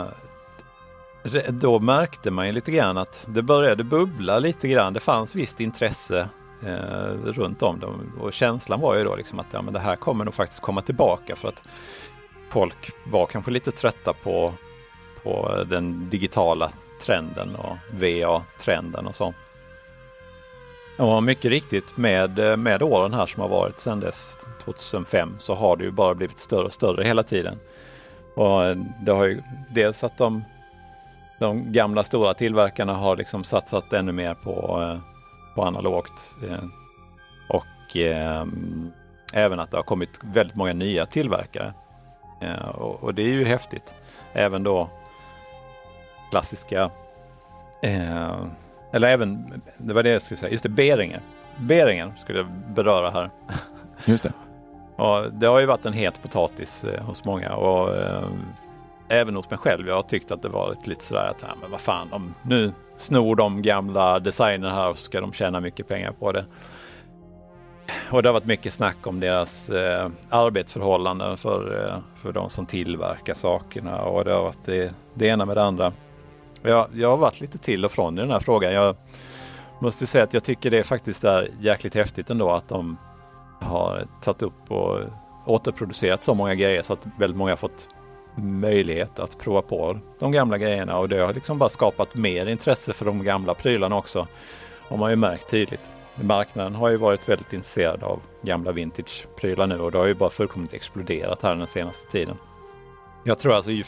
då märkte man ju lite grann att det började bubbla lite grann. Det fanns visst intresse runt om dem. Och känslan var ju då liksom att men det här kommer nog faktiskt komma tillbaka, för att folk var kanske lite trötta på den digitala trenden och VA-trenden och så. Och mycket riktigt med åren här som har varit sedan dess 2005 så har det ju bara blivit större och större hela tiden. Och det har ju dels att de gamla stora tillverkarna har liksom satsat ännu mer på analogt. Och även att det har kommit väldigt många nya tillverkare. Och det är ju häftigt. Även då klassiska eller även, det var det jag skulle säga, just det, Behringer skulle jag beröra här. Just det. Och det har ju varit en het potatis hos många, och även hos mig själv. Jag har tyckt att det varit lite sådär att men vad fan, nu snor de gamla designer här och ska de tjäna mycket pengar på det. Och det har varit mycket snack om deras arbetsförhållanden för de som tillverkar sakerna, och det har varit det ena med det andra. Jag har varit lite till och från i den här frågan. Jag måste säga att jag tycker det faktiskt är jäkligt häftigt ändå att de har tagit upp och återproducerat så många grejer så att väldigt många har fått möjlighet att prova på de gamla grejerna, och det har liksom bara skapat mer intresse för de gamla prylarna också. Och man har ju märkt tydligt. Marknaden har ju varit väldigt intresserad av gamla vintage-prylar nu, och det har ju bara fullkomligt exploderat här den senaste tiden. Jag tror alltså ju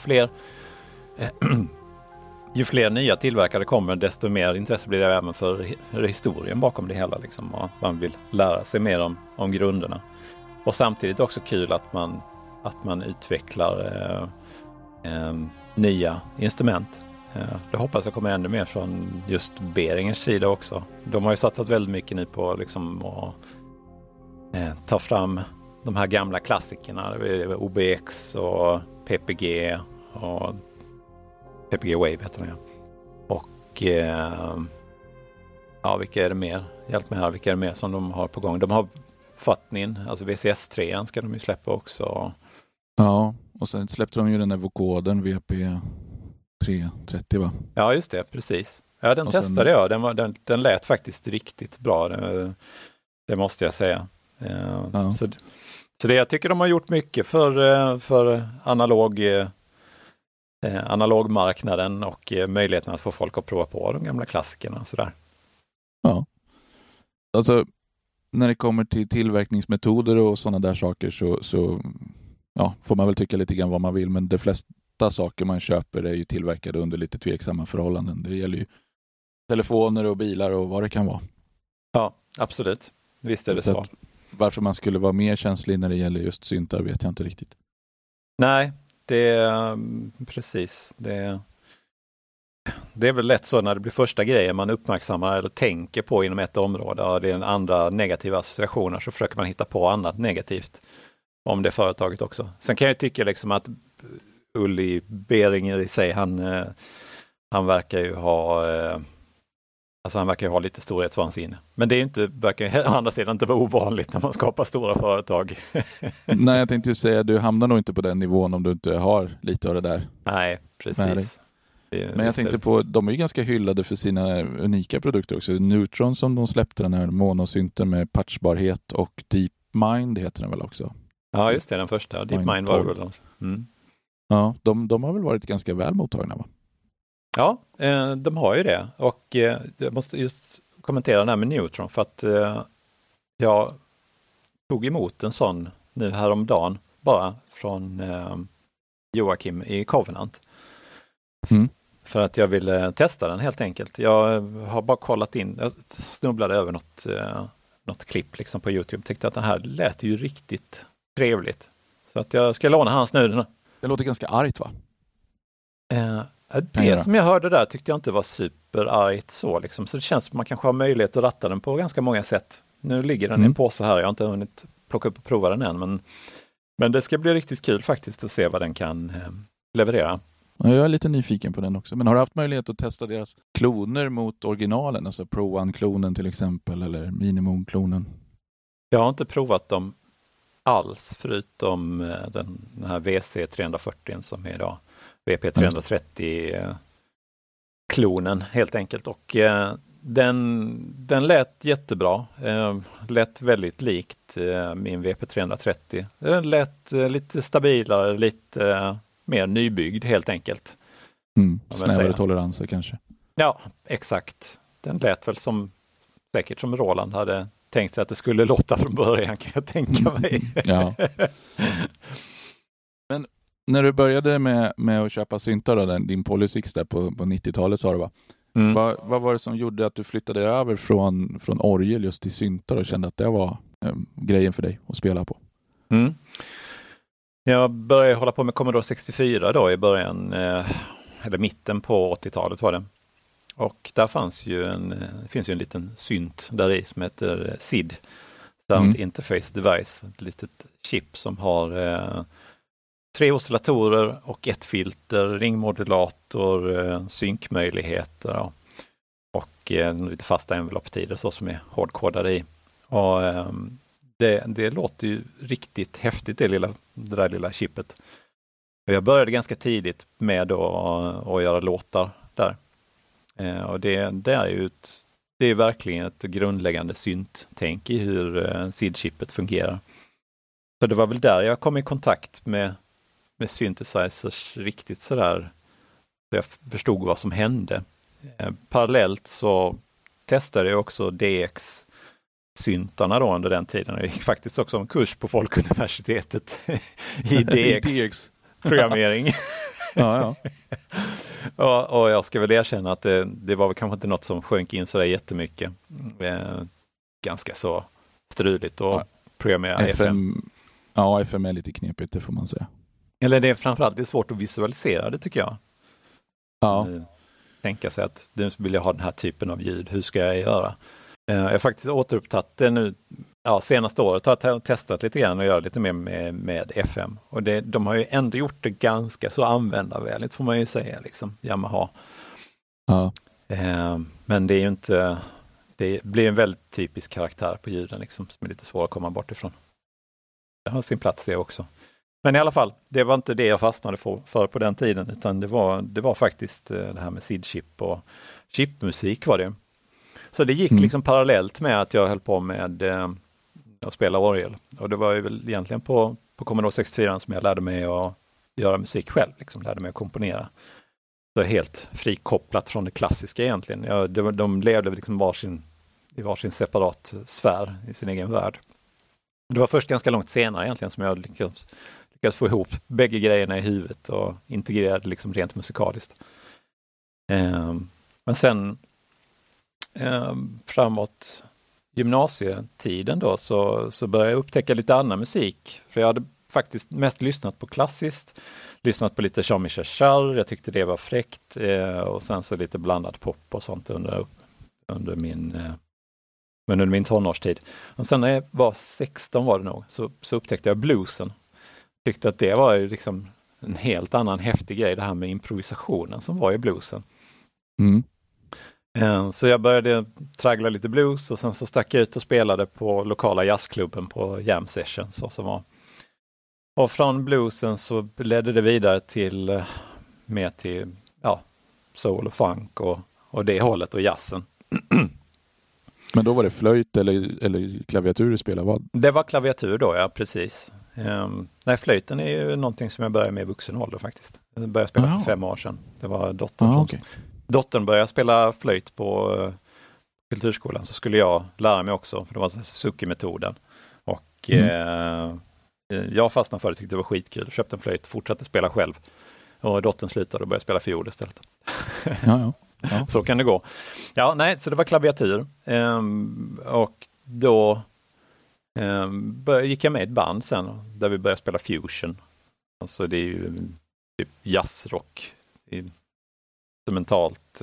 fler nya tillverkare kommer, desto mer intresse blir det även för historien bakom det hela. Liksom, och man vill lära sig mer om grunderna. Och samtidigt också kul att man utvecklar nya instrument. Det hoppas jag kommer ännu mer från just Behringers sida också. De har ju satsat väldigt mycket nu på liksom att ta fram de här gamla klassikerna. OBX och PPG och PPG Wave heter den. Och vilka är det mer? Hjälp mig här, vilka är det mer som de har på gång? De har Fatnin, alltså VCS3 ska de ju släppa också. Ja, och sen släppte de ju den där vokodern VP330 va? Ja, just det, precis. Ja, den testade jag. Den lät faktiskt riktigt bra. Det måste jag säga. Ja. Så det, jag tycker de har gjort mycket för analogmarknaden och möjligheten att få folk att prova på de gamla klassikerna. Sådär. Ja. Alltså, när det kommer till tillverkningsmetoder och sådana där saker så får man väl tycka lite grann vad man vill, men de flesta saker man köper är ju tillverkade under lite tveksamma förhållanden. Det gäller ju telefoner och bilar och vad det kan vara. Ja, absolut. Visst är det så. Varför man skulle vara mer känslig när det gäller just syntar vet jag inte riktigt. Nej, det är precis. det är väl lätt så när det blir första grejen man uppmärksammar eller tänker på inom ett område och det är en andra negativa associationer, så försöker man hitta på annat negativt om det företaget också. Sen kan jag tycka liksom att Ulli Beringer i sig, han verkar ju ha han verkar ju ha lite storhetsvansinne. Men det är inte, verkar å andra sidan inte vara ovanligt när man skapar stora företag. Nej, jag tänkte ju säga, du hamnar nog inte på den nivån om du inte har lite av det där. Nej, precis. Men jag tänkte på, de är ju ganska hyllade för sina unika produkter också. Neutron som de släppte, den här monosynten med patchbarhet, och DeepMind heter den väl också? Ja, just det, den första. DeepMind var det väl. Ja, de har väl varit ganska väl mottagna, va? Ja, de har ju det. Och jag måste just kommentera det här med Neutron, för att jag tog emot en sån nu häromdagen bara från Joakim i Covenant. För att jag ville testa den helt enkelt. Jag har bara kollat in, jag snubblade över något klipp liksom på YouTube. Tyckte att det här lät ju riktigt trevligt. Så att jag ska låna hans nu. Det låter ganska argt, va? Det som jag hörde där tyckte jag inte var superargt så liksom. Så det känns som att man kanske har möjlighet att ratta den på ganska många sätt. Nu ligger den i en påse här. Jag har inte hunnit plocka upp och prova den än. Men det ska bli riktigt kul faktiskt att se vad den kan leverera. Jag är lite nyfiken på den också. Men har du haft möjlighet att testa deras kloner mot originalen? Alltså Pro One-klonen till exempel, eller Minimum-klonen? Jag har inte provat dem alls, förutom den här VC340 som är idag. VP330-klonen helt enkelt. Och den lät jättebra. Lät väldigt likt min VP330. Den lät lite stabilare, lite mer nybyggd helt enkelt. Snävare toleranser kanske. Ja, exakt. Den lät väl säkert som Roland hade tänkt sig att det skulle låta från början, kan jag tänka mig. Ja. Men när du började med att köpa syntar då, din Polysix där på 90-talet sa du, va? Vad var det som gjorde att du flyttade över från orgel just till syntar och kände att det var grejen för dig att spela på? Jag började hålla på med Commodore 64 då i början, eller mitten på 80-talet var det. Och där finns ju en liten synt där i som heter SID, Sound Interface Device, ett litet chip som har 3 oscillatorer och ett filter, ringmodulator, synkmöjligheter och lite fasta envelope-tider så som är hårdkodade i. Och det låter ju riktigt häftigt det där lilla chippet. Jag började ganska tidigt med att göra låtar där. Och det är verkligen ett grundläggande synttänk i hur SID-chippet fungerar. Så det var väl där jag kom i kontakt med synthesizers riktigt sådär. Så jag förstod vad som hände. Parallellt så testade jag också DX-syntarna då under den tiden. Jag gick faktiskt också en kurs på Folkuniversitetet i DX-programmering. Ja. Och jag ska väl erkänna att det var väl kanske inte något som sjönk in sådär jättemycket. Ganska så struligt och programmera FM. Ja, FM är lite knepigt, det får man säga. Eller det är framförallt svårt att visualisera det, tycker jag. Ja. Tänka sig att nu vill jag ha den här typen av ljud, hur ska jag göra? Jag har faktiskt återupptagit det nu. Ja, senaste året har jag testat lite grann och göra lite mer med FM. Och de har ju ändå gjort det ganska så användarvänligt, får man ju säga, liksom, Yamaha. Ja. Men det är ju inte, det blir en väldigt typisk karaktär på ljuden liksom, som är lite svår att komma bort ifrån. Det har sin plats det också. Men i alla fall, det var inte det jag fastnade för på den tiden, utan det var faktiskt det här med SID-chip och chipmusik var det. Så det gick liksom parallellt med att jag höll på med att spela orgel. Och det var ju väl egentligen på Commodore 64 som jag lärde mig att göra musik själv, liksom lärde mig att komponera. Så helt frikopplat från det klassiska egentligen. De levde liksom i varsin separat sfär i sin egen värld. Det var först ganska långt senare egentligen som jag lyckades få ihop bägge grejerna i huvudet och integrera det liksom rent musikaliskt. Men sen framåt gymnasietiden då så började jag upptäcka lite annan musik. För jag hade faktiskt mest lyssnat på klassiskt, lyssnat på lite Jean-Michel Jarre, jag tyckte det var fräckt, och sen så lite blandad pop och sånt under min tonårstid. Och sen när jag var 16 var det nog, så upptäckte jag bluesen. Tyckte att det var ju liksom en helt annan häftig grej, det här med improvisationen som var i bluesen. Så jag började traggla lite blues och sen så stack jag ut och spelade på lokala jazzklubben på jam sessions och så var. Och från bluesen så ledde det vidare till mer till soul och funk och det hållet och jazzen. Men då var det flöjt eller klaviatur du spelade? Vad? Det var klaviatur då, ja, precis. Nej, flöjten är ju någonting som jag började med i vuxen ålder faktiskt. Jag började spela för 5 år sedan. Det var dottern. Okay. Dottern började spela flöjt på kulturskolan, så skulle jag lära mig också, för det var Suzuki-metoden. Och jag fastnade för det, tyckte det var skitkul. Köpte en flöjt, fortsatte spela själv. Och dottern slutade och började spela fiol istället. Ja. Så kan det gå. Ja, nej, så det var klaviatur. Och då gick jag med i ett band sen, där vi började spela fusion. Alltså det är ju typ jazzrock. Instrumentalt.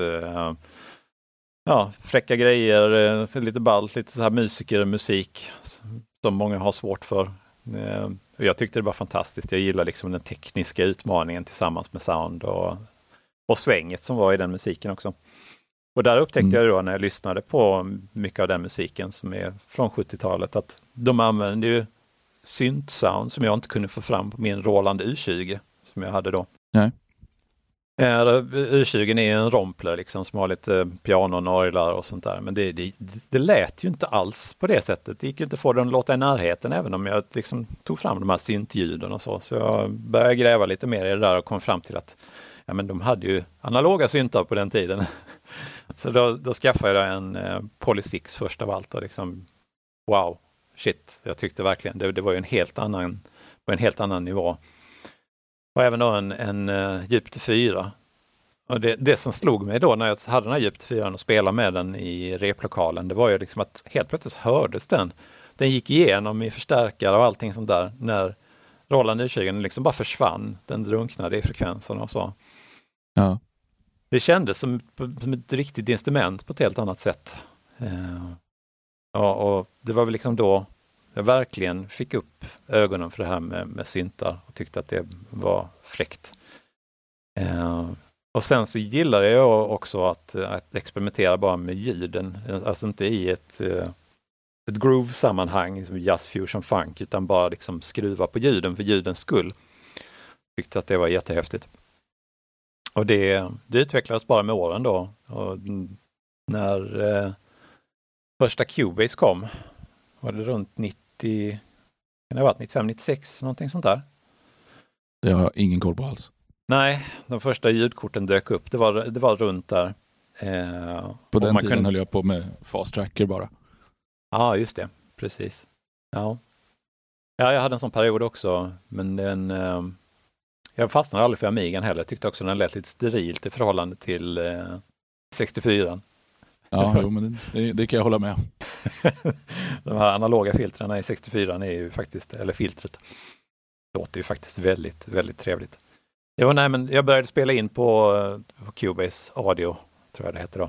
Fräcka grejer, lite ballt, lite så här musikermusik som många har svårt för. Och jag tyckte det var fantastiskt. Jag gillar liksom den tekniska utmaningen tillsammans med sound och svänget som var i den musiken också. Och där upptäckte jag då när jag lyssnade på mycket av den musiken som är från 70-talet att de använde ju synt-sound som jag inte kunde få fram på min Roland U20 som jag hade då. Nej. U20 är en rompler liksom, som har lite pianon och orglar och sånt där. Men det lät ju inte alls på det sättet. Det gick ju inte att få den att låta i närheten även om jag liksom tog fram de här syntljuden och så. Så jag började gräva lite mer i det där och kom fram till att men de hade ju analoga syntar på den tiden. Så då skaffade jag en Polystix först av allt och liksom wow, shit. Jag tyckte verkligen det var ju en helt annan nivå. Och även då en Jupiter 4. Och det som slog mig då när jag hade den här Jupiter 4 och spelade med den i replokalen, det var ju liksom att helt plötsligt hördes den. Den gick igenom i förstärkare och allting sånt där när Roland U20 liksom bara försvann. Den drunknade i frekvensen och så. Ja. Det kändes som ett riktigt instrument på ett helt annat sätt. Och det var väl liksom då jag verkligen fick upp ögonen för det här med syntar och tyckte att det var fräckt. Och sen så gillade jag också att experimentera bara med ljuden. Alltså inte i ett groove-sammanhang som jazz, fusion, funk, utan bara liksom skruva på ljuden för ljudens skull. Tyckte att det var jättehäftigt. Och det utvecklades bara med åren då. Och när första Cubase kom var det runt 95-96, någonting sånt där. Det har jag ingen koll på alls. Nej, de första ljudkorten dök upp. Det var runt där. På den tiden höll jag på med fast tracker bara. Ja, just det. Precis. Ja, jag hade en sån period också. Men jag fastnade aldrig för Amigan heller. Jag tyckte också den lät lite sterilt i förhållande till 64. Ja, men det kan jag hålla med. De här analoga filtrarna i 64 är ju faktiskt, eller filtret, låter ju faktiskt väldigt, väldigt trevligt. Men jag började spela in på Cubase Audio, tror jag det heter då.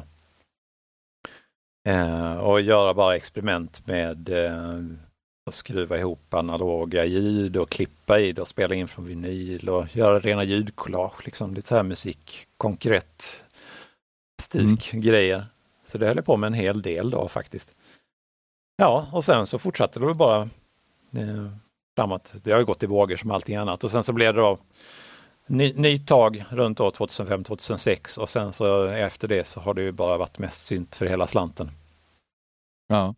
Och göra bara experiment med att skruva ihop analoga ljud och klippa i det och spela in från vinyl och göra rena ljudkollage, liksom lite så här musik, konkret grejer. Så det höll jag på med en hel del då faktiskt. Ja, och sen så fortsatte det bara framåt. Det har ju gått i vågor som allting annat. Och sen så blev det då ny tag runt år 2005-2006 och sen så efter det så har det ju bara varit mest synt för hela slanten. Ja.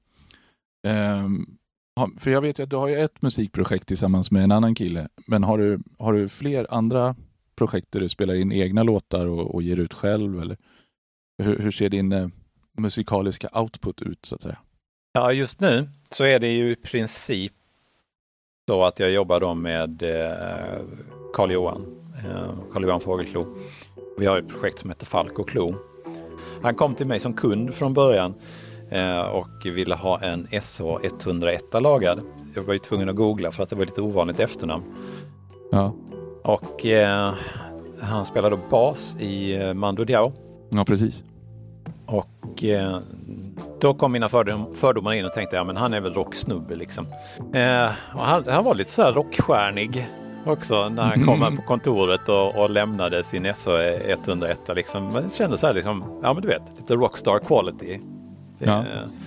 För jag vet ju att du har ju ett musikprojekt tillsammans med en annan kille. Men har du fler andra projekt där du spelar in egna låtar och ger ut själv? Eller hur ser din musikaliska output ut så att säga? Ja, just nu så är det ju i princip så att jag jobbar då med Carl-Johan Fågelklo. Vi har ett projekt som heter Falk och Klo. Han kom till mig som kund från början och ville ha en SH101 lagad. jag var ju tvungen att googla för att det var lite ovanligt efternamn. Ja. Och han spelade då bas i Mando Diao. Ja, precis. Och då kom mina fördomar in och tänkte, ja men han är väl rocksnubbe liksom. Och han var lite så här rockstjärnig också när han kom här på kontoret och lämnade sin SH101 liksom. Man kände så här liksom, ja men du vet, lite rockstar quality. Ja.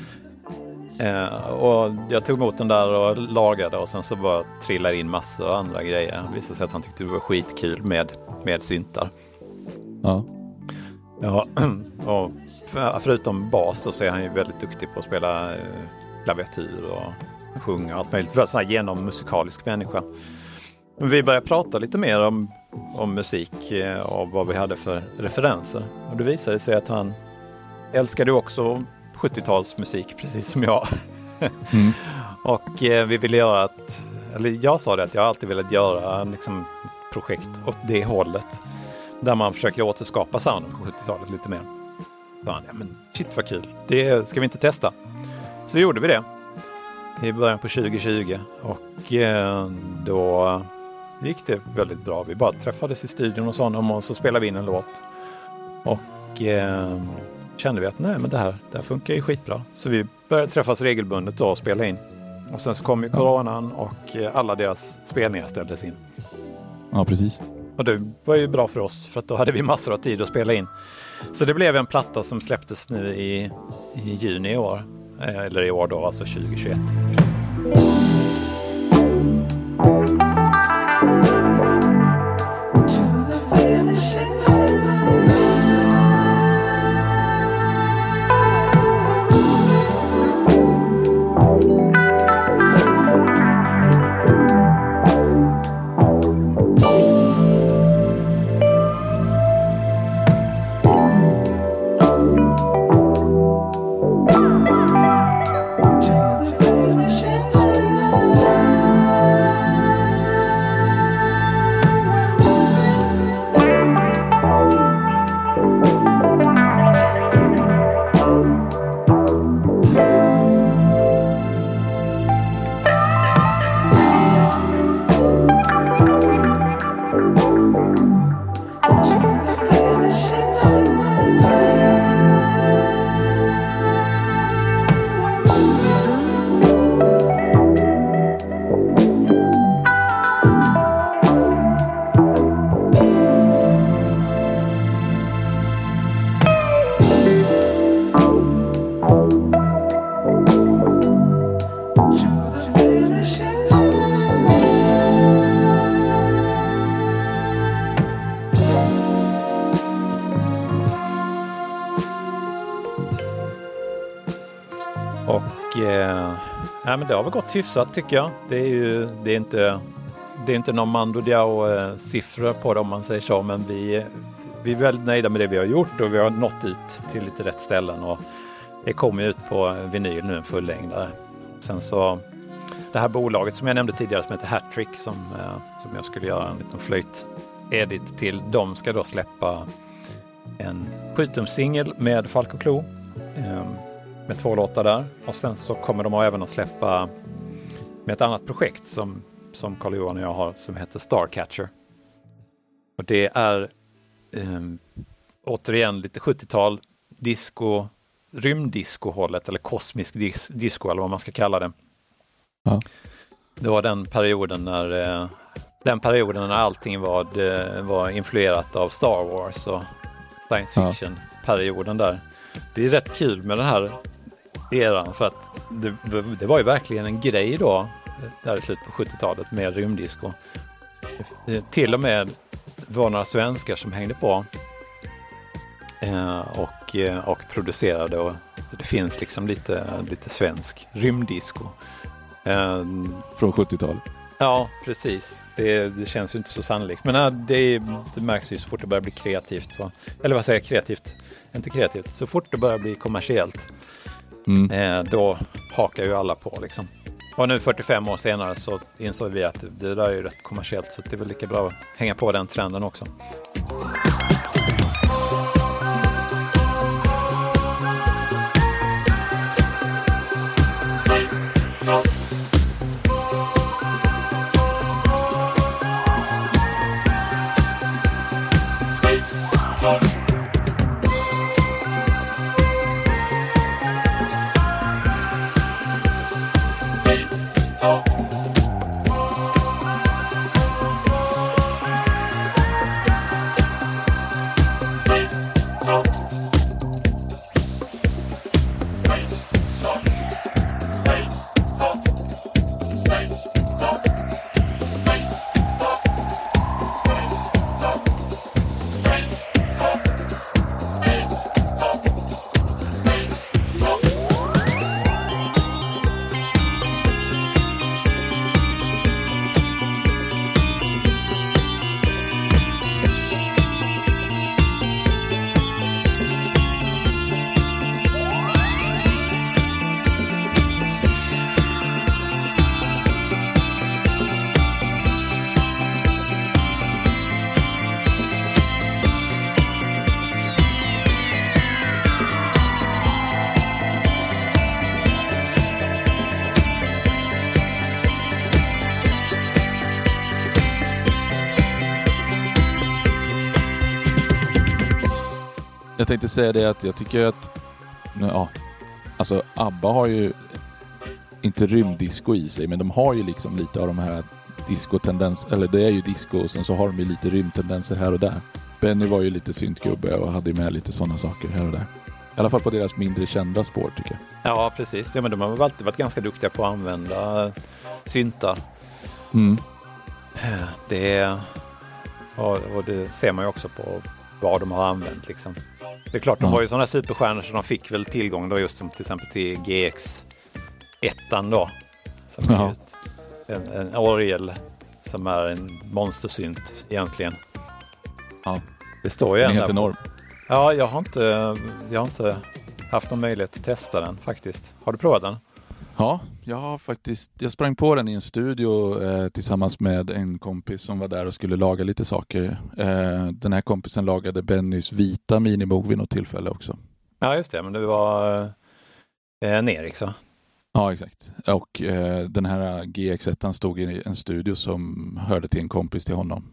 Och jag tog emot den där och lagade och sen så bara trillade in massor av andra grejer. Det visade sig att han tyckte det var skitkul med syntar. Ja. Ja, och förutom bas då så är han ju väldigt duktig på att spela klaviatur och sjunga och allt möjligt. För en sån här genommusikalisk människa. Men vi började prata lite mer om musik och vad vi hade för referenser. Och det visade sig att han älskade också 70-talsmusik precis som jag. Mm. Och vi ville göra jag sa det att jag alltid velat göra liksom, ett projekt åt det hållet. Där man försöker återskapa sound på 70-talet lite mer. Ja men shit vad kul. Det ska vi inte testa. Så gjorde vi det. I början på 2020. Och då gick det väldigt bra. Vi bara träffades i studion och så spelade vi in en låt. Och kände vi att nej men det här funkar ju skitbra. Så vi började träffas regelbundet och spela in. Och sen så kom ju coronan och alla deras spelningar ställdes in. Ja, precis. Och det var ju bra för oss för att då hade vi massor av tid att spela in. Så det blev en platta som släpptes nu i juni i år. Eller i år då, alltså 2021. Nej, men det har väl gått hyfsat tycker jag. Det är inte någon Mando Diao-siffror på det om man säger så, men vi är väldigt nöjda med det vi har gjort och vi har nått ut till lite rätt ställen och det kommer ut på vinyl nu en fullängdare. Sen så det här bolaget som jag nämnde tidigare som heter Hattrick som jag skulle göra en liten flöjt-edit till, de ska då släppa en 7-tum-singel med Falk och Klo med 2 låtar där och sen så kommer de även att släppa med ett annat projekt som Carl-Johan och jag har som heter Starcatcher. Och det är återigen lite 70-tal disco, rymddisco-hållet eller kosmisk disco eller vad man ska kalla det. Ja. Det var den perioden när allting var influerat av Star Wars och science fiction-perioden där. Det är rätt kul med den här eran för att det var ju verkligen en grej då där i slutet på 70-talet med rymddisco. Till och med var några svenskar som hängde på och producerade och så det finns liksom lite svensk rymddisco. Från 70-talet. Ja, precis. Det känns ju inte så sannolikt. Men det märks ju så fort det börjar bli kreativt. Så, eller vad säger jag? Kreativt? Inte kreativt. Så fort det börjar bli kommersiellt då hakar ju alla på liksom. Och nu 45 år senare så insåg vi att det där är ju rätt kommersiellt så det är väl lika bra att hänga på den trenden också. Jag tänkte säga det att jag tycker att alltså ABBA har ju inte rymddisco i sig, men de har ju liksom lite av de här disco-tendens, eller det är ju disco och sen så har de ju lite rymdtendenser här och där. Benny var ju lite syntgubbe och hade med lite sådana saker här och där. I alla fall på deras mindre kända spår tycker jag. Ja, precis. Ja, men de har väl alltid varit ganska duktiga på att använda syntar. Mm. Det och det ser man ju också på vad de har använt liksom. Det är klart, de var ju sådana superstjärnor så de fick väl tillgång då just som till exempel till GX1 då. Som är en orgel som är en monstersynt egentligen. Ja. Det står ju den är helt enorm. Ja, jag har inte haft någon möjlighet att testa den faktiskt. Har du provat den? Ja, jag sprang på den i en studio tillsammans med en kompis som var där och skulle laga lite saker. Den här kompisen lagade Bennys vita Minimoog vid något tillfälle också. Ja, just det. Men det var Erik så. Ja, exakt. Och den här GX1 stod i en studio som hörde till en kompis till honom.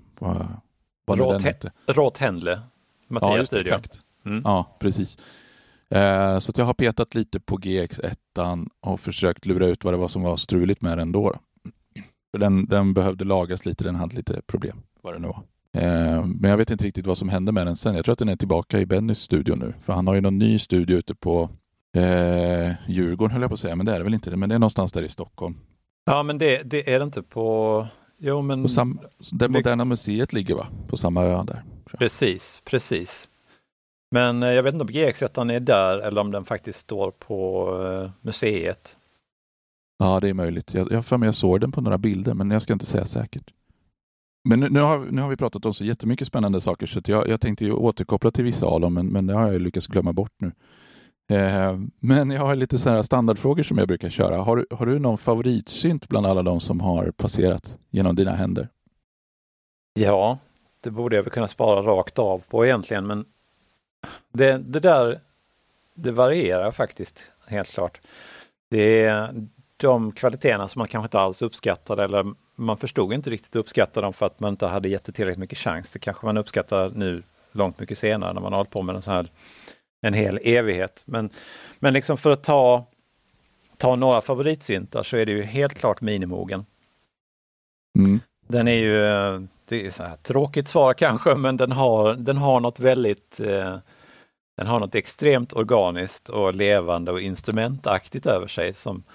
Råt Händle. Mattias studio. Exakt. Mm. Ja, precis. Så att jag har petat lite på GX1 och försökt lura ut vad det var som var struligt med den då. För den behövde lagas lite, den hade lite problem, vad det nu var. Men jag vet inte riktigt vad som hände med den sen. Jag tror att den är tillbaka i Bennys studio nu. För han har ju någon ny studio ute på Djurgården höll jag på att säga, men det är det väl inte. Men det är någonstans där i Stockholm. Ja, men det är det inte på... Jo, men... Det Moderna Museet ligger va? På samma ö där. Precis. Men jag vet inte om GX1 är där eller om den faktiskt står på museet. Ja, det är möjligt. Jag såg den på några bilder, men jag ska inte säga säkert. Men nu har vi pratat om så jättemycket spännande saker så att jag tänkte ju återkoppla till vissa av dem, men det har jag lyckats glömma bort nu. Men jag har lite så här standardfrågor som jag brukar köra. Har du någon favoritsynt bland alla de som har passerat genom dina händer? Ja, det borde jag väl kunna spara rakt av på egentligen, men det där det varierar faktiskt helt klart. Det är de kvaliteterna som man kanske inte alls uppskattade eller man förstod inte riktigt uppskatta dem för att man inte hade gett det tillräckligt mycket chans. Det kanske man uppskattar nu långt mycket senare när man har hållit på med en hel evighet. Men liksom för att ta några favoritsyntar så är det ju helt klart Minimogen. Mm. Den är ju, det är så här tråkigt svar kanske, men den har något väldigt, den har något extremt organiskt och levande och instrumentaktigt över sig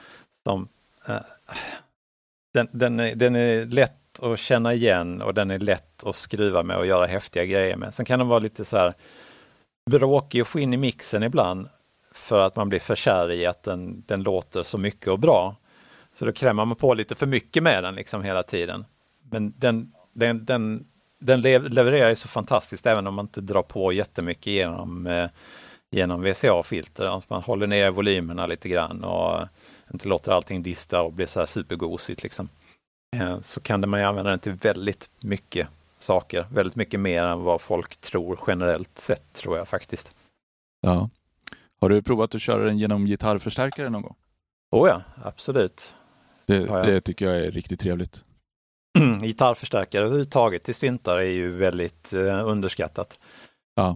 den är lätt att känna igen och den är lätt att skruva med och göra häftiga grejer med. Sen kan den vara lite så här bråkig och få in i mixen ibland för att man blir för kär i att den låter så mycket och bra. Så då krämar man på lite för mycket med den liksom hela tiden. Men den levererar ju så fantastiskt även om man inte drar på jättemycket genom VCA-filter. Att man håller ner volymerna lite grann och inte låter allting dista och bli så här supergosigt liksom. Så kan man ju använda den till väldigt mycket saker. Väldigt mycket mer än vad folk tror generellt sett, tror jag faktiskt. Ja. Har du provat att köra den genom gitarrförstärkare någon gång? Ja, absolut. Det tycker jag är riktigt trevligt. Gitarrförstärkare överhuvudtaget till syntar är ju väldigt underskattat. Ja.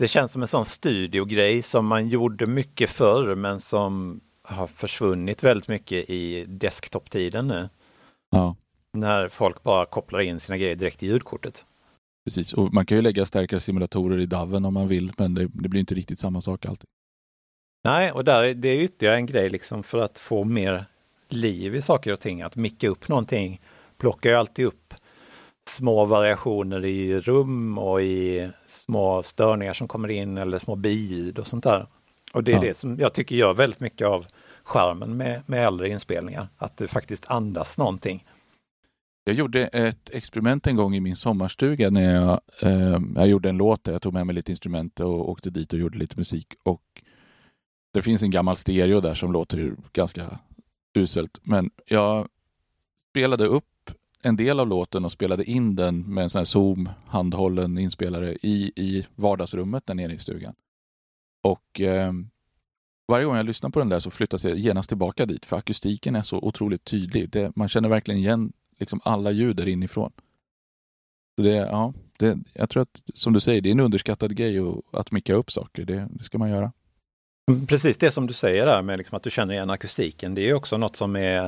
Det känns som en sån studiogrej som man gjorde mycket förr men som har försvunnit väldigt mycket i desktop-tiden nu. Ja. När folk bara kopplar in sina grejer direkt i ljudkortet. Precis, och man kan ju lägga starkare simulatorer i DAW:en om man vill, men det blir inte riktigt samma sak alltid. Nej, och det är ytterligare en grej liksom för att få mer liv i saker och ting. Att micka upp någonting plockar ju alltid upp små variationer i rum och i små störningar som kommer in eller små biljud och sånt där. Och det är det som jag tycker gör väldigt mycket av charmen med äldre inspelningar. Att det faktiskt andas någonting. Jag gjorde ett experiment en gång i min sommarstuga när jag gjorde en låt där jag tog med mig lite instrument och åkte dit och gjorde lite musik. Och det finns en gammal stereo där som låter ganska uselt. Men jag spelade upp en del av låten och spelade in den med en sån här Zoom handhållen inspelare i vardagsrummet där nere i stugan. Och varje gång jag lyssnar på den där så flyttas jag genast tillbaka dit för akustiken är så otroligt tydlig. Man känner verkligen igen liksom alla ljud där inifrån. Så jag tror att, som du säger, det är en underskattad grej att micka upp saker. Det ska man göra. Precis det som du säger där med liksom att du känner igen akustiken. Det är också något som är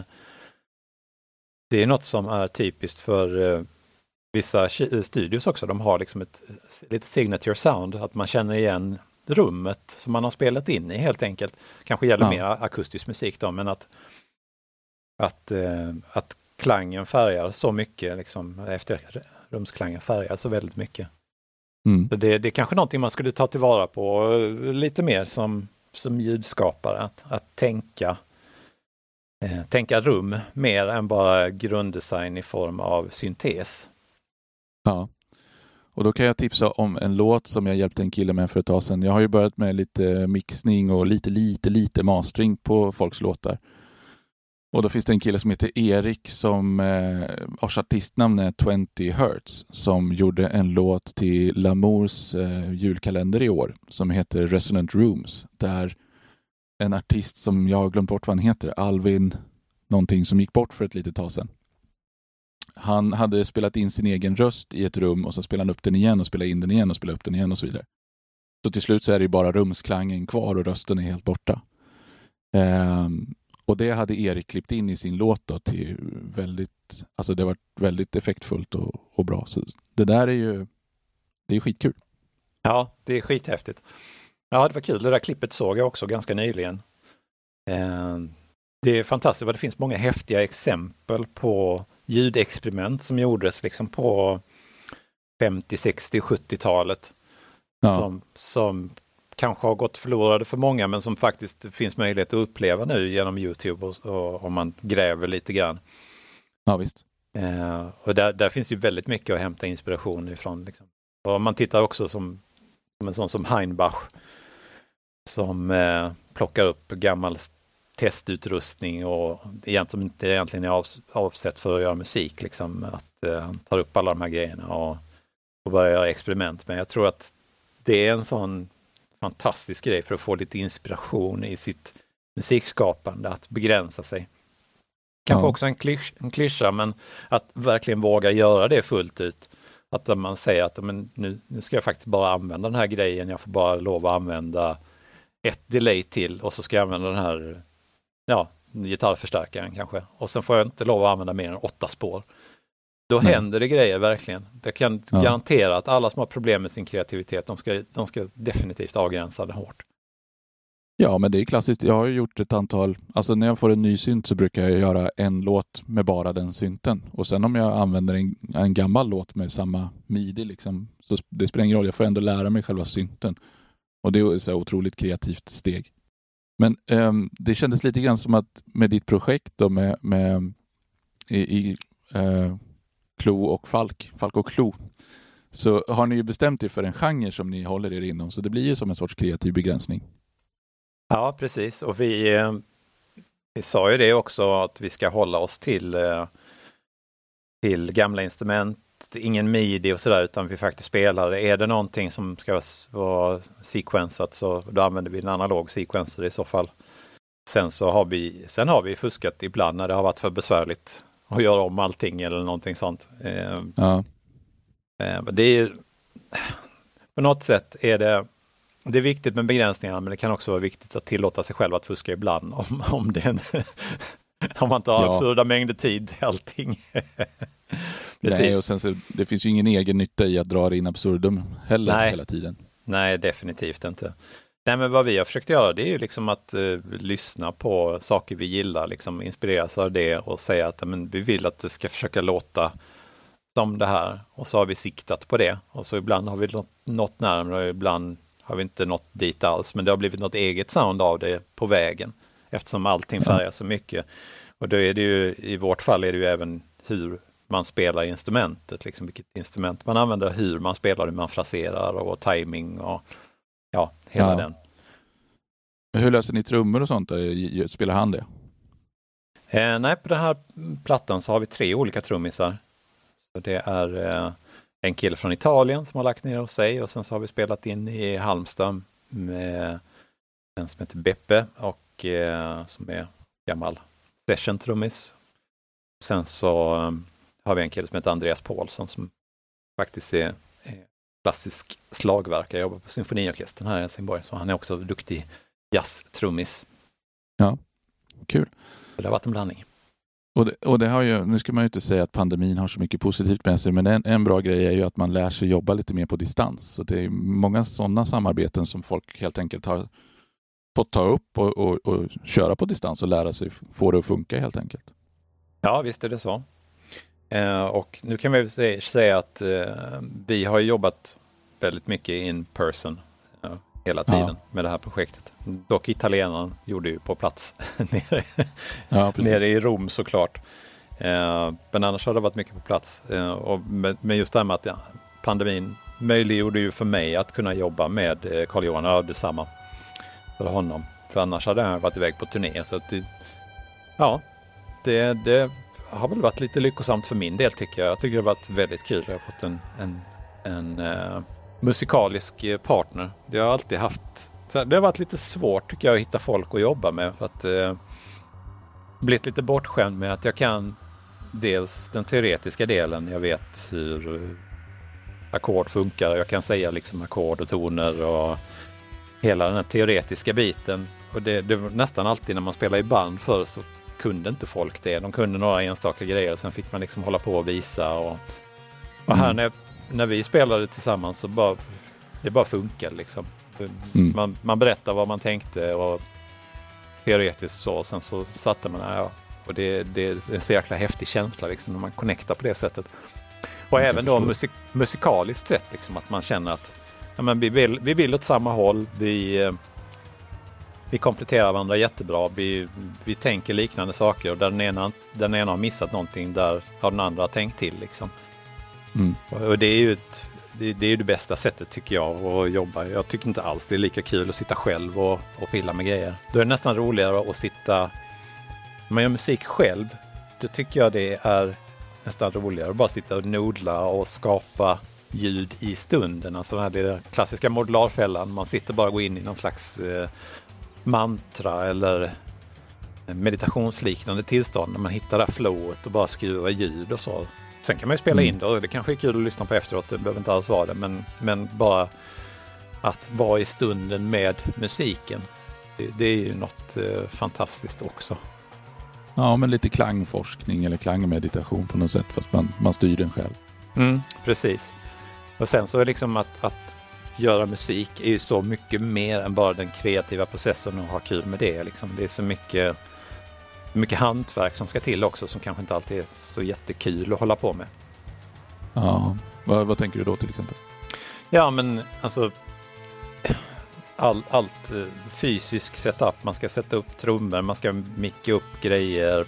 typiskt för vissa studios också. De har liksom ett lite signature sound. Att man känner igen rummet som man har spelat in i helt enkelt. Kanske gäller mer akustisk musik då, men att klangen färgar så mycket, liksom, efter rumsklangen färgar så väldigt mycket. Mm. Så det är kanske någonting man skulle ta tillvara på lite mer som ljudskapare. Att tänka rum mer än bara grunddesign i form av syntes. Ja, och då kan jag tipsa om en låt som jag hjälpte en kille med för ett tag sedan. Jag har ju börjat med lite mixning och lite mastering på folks låtar. Och då finns det en kille som heter Erik som vars artistnamn är 20 Hertz som gjorde en låt till Lamours julkalender i år som heter Resonant Rooms. Där en artist som jag har glömt bort vad han heter, Alvin någonting, som gick bort för ett litet tag sedan. Han hade spelat in sin egen röst i ett rum och så spelade han upp den igen och spelade in den igen och spelade upp den igen och så vidare. Så till slut så är det ju bara rumsklangen kvar och rösten är helt borta. Och det hade Erik klippt in i sin låt då till det var väldigt effektfullt och bra. Så det där det är skitkul. Ja, det är skithäftigt. Ja, det var kul. Det där klippet såg jag också ganska nyligen. Det är fantastiskt vad det finns många häftiga exempel på ljudexperiment som gjordes liksom på 50, 60, 70-talet. Ja. Som kanske har gått förlorade för många men som faktiskt finns möjlighet att uppleva nu genom YouTube och om man gräver lite grann. Ja, visst. Och där finns ju väldigt mycket att hämta inspiration ifrån. Liksom. Och man tittar också som en sån som Heinbach som plockar upp gammal testutrustning och egentligen är avsett för att göra musik. Liksom, att han tar upp alla de här grejerna och börjar göra experiment. Men jag tror att det är en sån fantastisk grej för att få lite inspiration i sitt musikskapande, att begränsa sig. Kanske också en klyscha, men att verkligen våga göra det fullt ut. Att man säger att nu ska jag faktiskt bara använda den här grejen, jag får bara lov att använda ett delay till och så ska jag använda den här gitarrförstärkaren kanske. Och sen får jag inte lov att använda mer än 8 spår. Då händer det grejer verkligen. Jag kan garantera att alla som har problem med sin kreativitet, de ska definitivt avgränsa det hårt. Ja, men det är klassiskt. Jag har ju gjort ett antal, alltså när jag får en ny synt så brukar jag göra en låt med bara den synten. Och sen om jag använder en gammal låt med samma midi liksom, så det spelar ingen roll, jag får ändå lära mig själva synten. Och det är så otroligt kreativt steg. Men det kändes lite grann som att med ditt projekt då med Klo och Falk och Klo, så har ni ju bestämt er för en genre som ni håller er inom. Så det blir ju som en sorts kreativ begränsning. Ja, precis. Och vi sa ju det också, att vi ska hålla oss till gamla instrument, ingen midi och sådär, utan vi faktiskt spelar. Är det någonting som ska vara sequensat så då använder vi en analog sequencer i så fall. Sen har vi fuskat ibland när det har varit för besvärligt att göra om allting eller någonting sånt. Det är på något sätt är det det är viktigt med begränsningar, men det kan också vara viktigt att tillåta sig själv att fuska ibland om om man inte har absurda mängder tid till allting. Nej, och sen så, det finns ju ingen egen nytta i att dra det in absurdum heller hela tiden. Nej, definitivt inte. Nej, men vad vi har försökt göra, det är ju liksom att lyssna på saker vi gillar, liksom inspireras av det och säga att men, vi vill att det ska försöka låta som det här. Och så har vi siktat på det. Och så ibland har vi nått närmare och ibland har vi inte nått dit alls. Men det har blivit något eget sound av det på vägen. Eftersom allting färgar så mycket. Och då är det ju, i vårt fall är det ju även hur man spelar instrumentet. Liksom vilket instrument man använder, hur man spelar, hur man fraserar och timing och hela den. Hur löser ni trummor och sånt? Spelar han det? Nej, på den här plattan så har vi 3 olika trummisar. Så det är en kille från Italien som har lagt ner hos sig och sen så har vi spelat in i Halmstad med en som heter Beppe och som är gammal session-trummis. Sen så har vi en kille som heter Andreas Paulsson som faktiskt är klassisk slagverkare, jobbar på symfoniorkestern här i Helsingborg, så han är också duktig jazz-trummis. Ja, kul. Så det har varit en blandning. Och det har ju, nu ska man ju inte säga att pandemin har så mycket positivt med sig, men en bra grej är ju att man lär sig jobba lite mer på distans. Så det är många sådana samarbeten som folk helt enkelt har fått ta upp och köra på distans och lära sig få det att funka helt enkelt. Ja, visst är det så. Och nu kan vi säga att vi har jobbat väldigt mycket in person hela tiden med det här projektet. Dock italienaren gjorde ju på plats nere i Rom såklart. Men annars har det varit mycket på plats. Men just det här med att pandemin möjliggjorde ju för mig att kunna jobba med Carl-Johan och detsamma för honom. För annars hade han varit iväg på turné. Så att det har väl varit lite lyckosamt för min del tycker jag. Jag tycker det har varit väldigt kul. Jag har fått en musikalisk partner. Det har alltid haft. Det har varit lite svårt tycker jag att hitta folk att jobba med. För att blivit lite bortskämd med att jag kan dels den teoretiska delen. Jag vet hur ackord funkar. Jag kan säga liksom ackord och toner och hela den här teoretiska biten. Och det var nästan alltid när man spelar i band förr så kunde inte folk det. De kunde några enstaka grejer och sen fick man liksom hålla på och visa. Och här när vi spelade tillsammans så det bara funkar liksom. Man berättar vad man tänkte och teoretiskt så och sen så satte man och det är en så jäkla häftig känsla liksom när man connectar på det sättet. Och även då musikaliskt sett liksom att man känner att vi vill åt samma håll. Vi kompletterar varandra jättebra. Vi tänker liknande saker och där den ena har missat någonting, där har den andra tänkt till liksom. Och det är ju det bästa sättet tycker jag att jobba. Jag tycker inte alls det är lika kul att sitta själv och pilla med grejer. Då är det nästan roligare att sitta. När man gör musik själv, då tycker jag det är nästan roligare att bara sitta och nodla och skapa ljud i stunden. Alltså det är den klassiska modularfällan. Man sitter bara och går in i någon slags mantra eller meditationsliknande tillstånd när man hittar det här flowet och bara skruvar ljud och så. Sen kan man ju spela in det och det kanske är kul att lyssna på efteråt, det behöver inte alls vara det, men bara att vara i stunden med musiken, det är ju något fantastiskt också. Ja, men lite klangforskning eller klangmeditation på något sätt, fast man styr den själv. Precis. Och sen så är liksom att göra musik är ju så mycket mer än bara den kreativa processen och ha kul med det. Liksom. Det är så mycket hantverk som ska till också som kanske inte alltid är så jättekul att hålla på med. Ja, vad tänker du då till exempel? Ja, men alltså allt fysisk setup. Man ska sätta upp trummor, man ska micka upp grejer,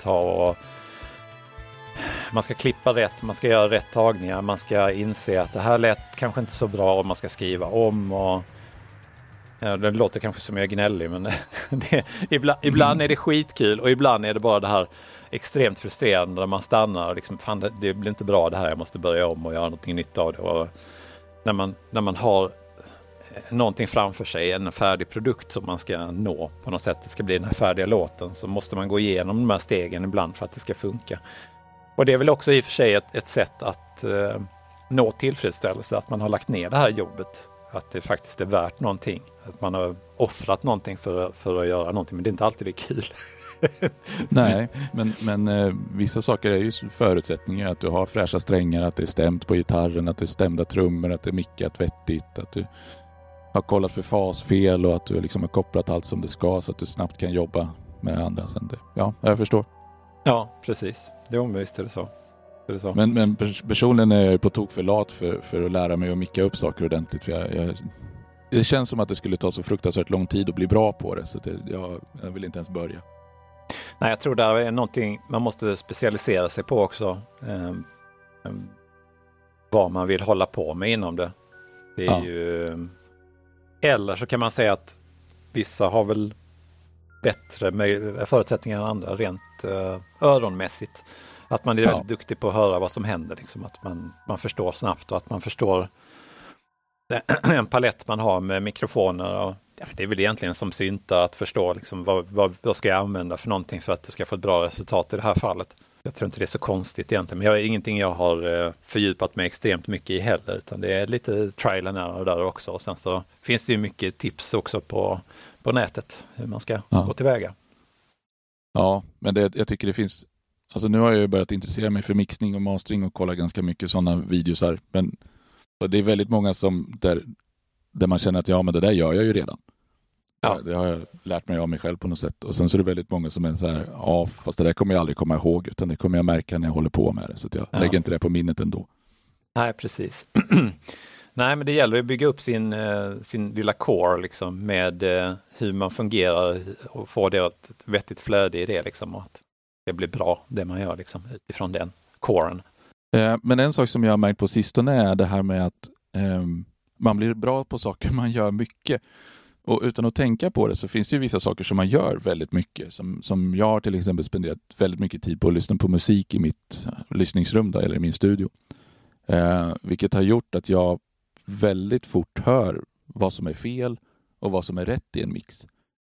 man ska klippa rätt, man ska göra rätt tagningar, man ska inse att det här lät kanske inte så bra och man ska skriva om och det låter kanske som jag är gnällig, men ibland är det skitkul och ibland är det bara det här extremt frustrerande när man stannar och liksom, fan det blir inte bra det här, jag måste börja om och göra någonting nytt av det. Och när man har någonting framför sig, en färdig produkt som man ska nå på något sätt, det ska bli den här färdiga låten, så måste man gå igenom de här stegen ibland för att det ska funka. Och det är väl också i och för sig ett sätt att nå tillfredsställelse, att man har lagt ner det här jobbet. att det faktiskt är värt någonting. Att man har offrat någonting för att göra någonting, men det är inte alltid det är kul. Nej, men vissa saker är ju förutsättningar. Att du har fräscha strängar, att det är stämt på gitarren, att det är stämda trummor, att det är mickat vettigt, att du har kollat för fasfel och att du liksom har kopplat allt som det ska så att du snabbt kan jobba med andra. Sen det. Ja, jag förstår. Ja, precis. Visst är det så. Men personligen är jag på tok för lat för att lära mig att micka upp saker ordentligt. För det känns som att det skulle ta så fruktansvärt lång tid att bli bra på det. Så att jag vill inte ens börja. Nej, jag tror det är någonting man måste specialisera sig på också. Vad man vill hålla på med inom det. Det är ju... Eller så kan man säga att vissa har väl bättre förutsättningar än andra rent öronmässigt. Att man är väldigt duktig på att höra vad som händer. Liksom. Att man förstår snabbt och att man förstår en palett man har med mikrofoner. Och, det är väl egentligen som syntar att förstå liksom, vad ska jag använda för någonting för att det ska få ett bra resultat i det här fallet. Jag tror inte det är så konstigt egentligen. Men ingenting jag har fördjupat mig extremt mycket i heller. Utan det är lite trial and error där också. Och sen så finns det ju mycket tips också på nätet. Hur man ska gå tillväga. Ja, men jag tycker det finns... Alltså nu har jag ju börjat intressera mig för mixning och mastering och kolla ganska mycket sådana videosar. Men det är väldigt många som där man känner att men det där gör jag ju redan. Ja. Det har jag lärt mig av mig själv på något sätt. Och sen så är det väldigt många som är så här, fast det där kommer jag aldrig komma ihåg utan det kommer jag märka när jag håller på med det. Så att jag lägger inte det på minnet ändå. Nej, precis. Nej, men det gäller att bygga upp sin lilla core liksom, med hur man fungerar och få det ett vettigt flöde i det liksom, och att det blir bra det man gör liksom, utifrån den coren. Men en sak som jag har märkt på sistone är det här med att man blir bra på saker man gör mycket. Och utan att tänka på det så finns det ju vissa saker som man gör väldigt mycket. Som jag har till exempel spenderat väldigt mycket tid på att lyssna på musik i mitt lyssningsrum då, eller i min studio. Vilket har gjort att jag väldigt fort hör vad som är fel och vad som är rätt i en mix.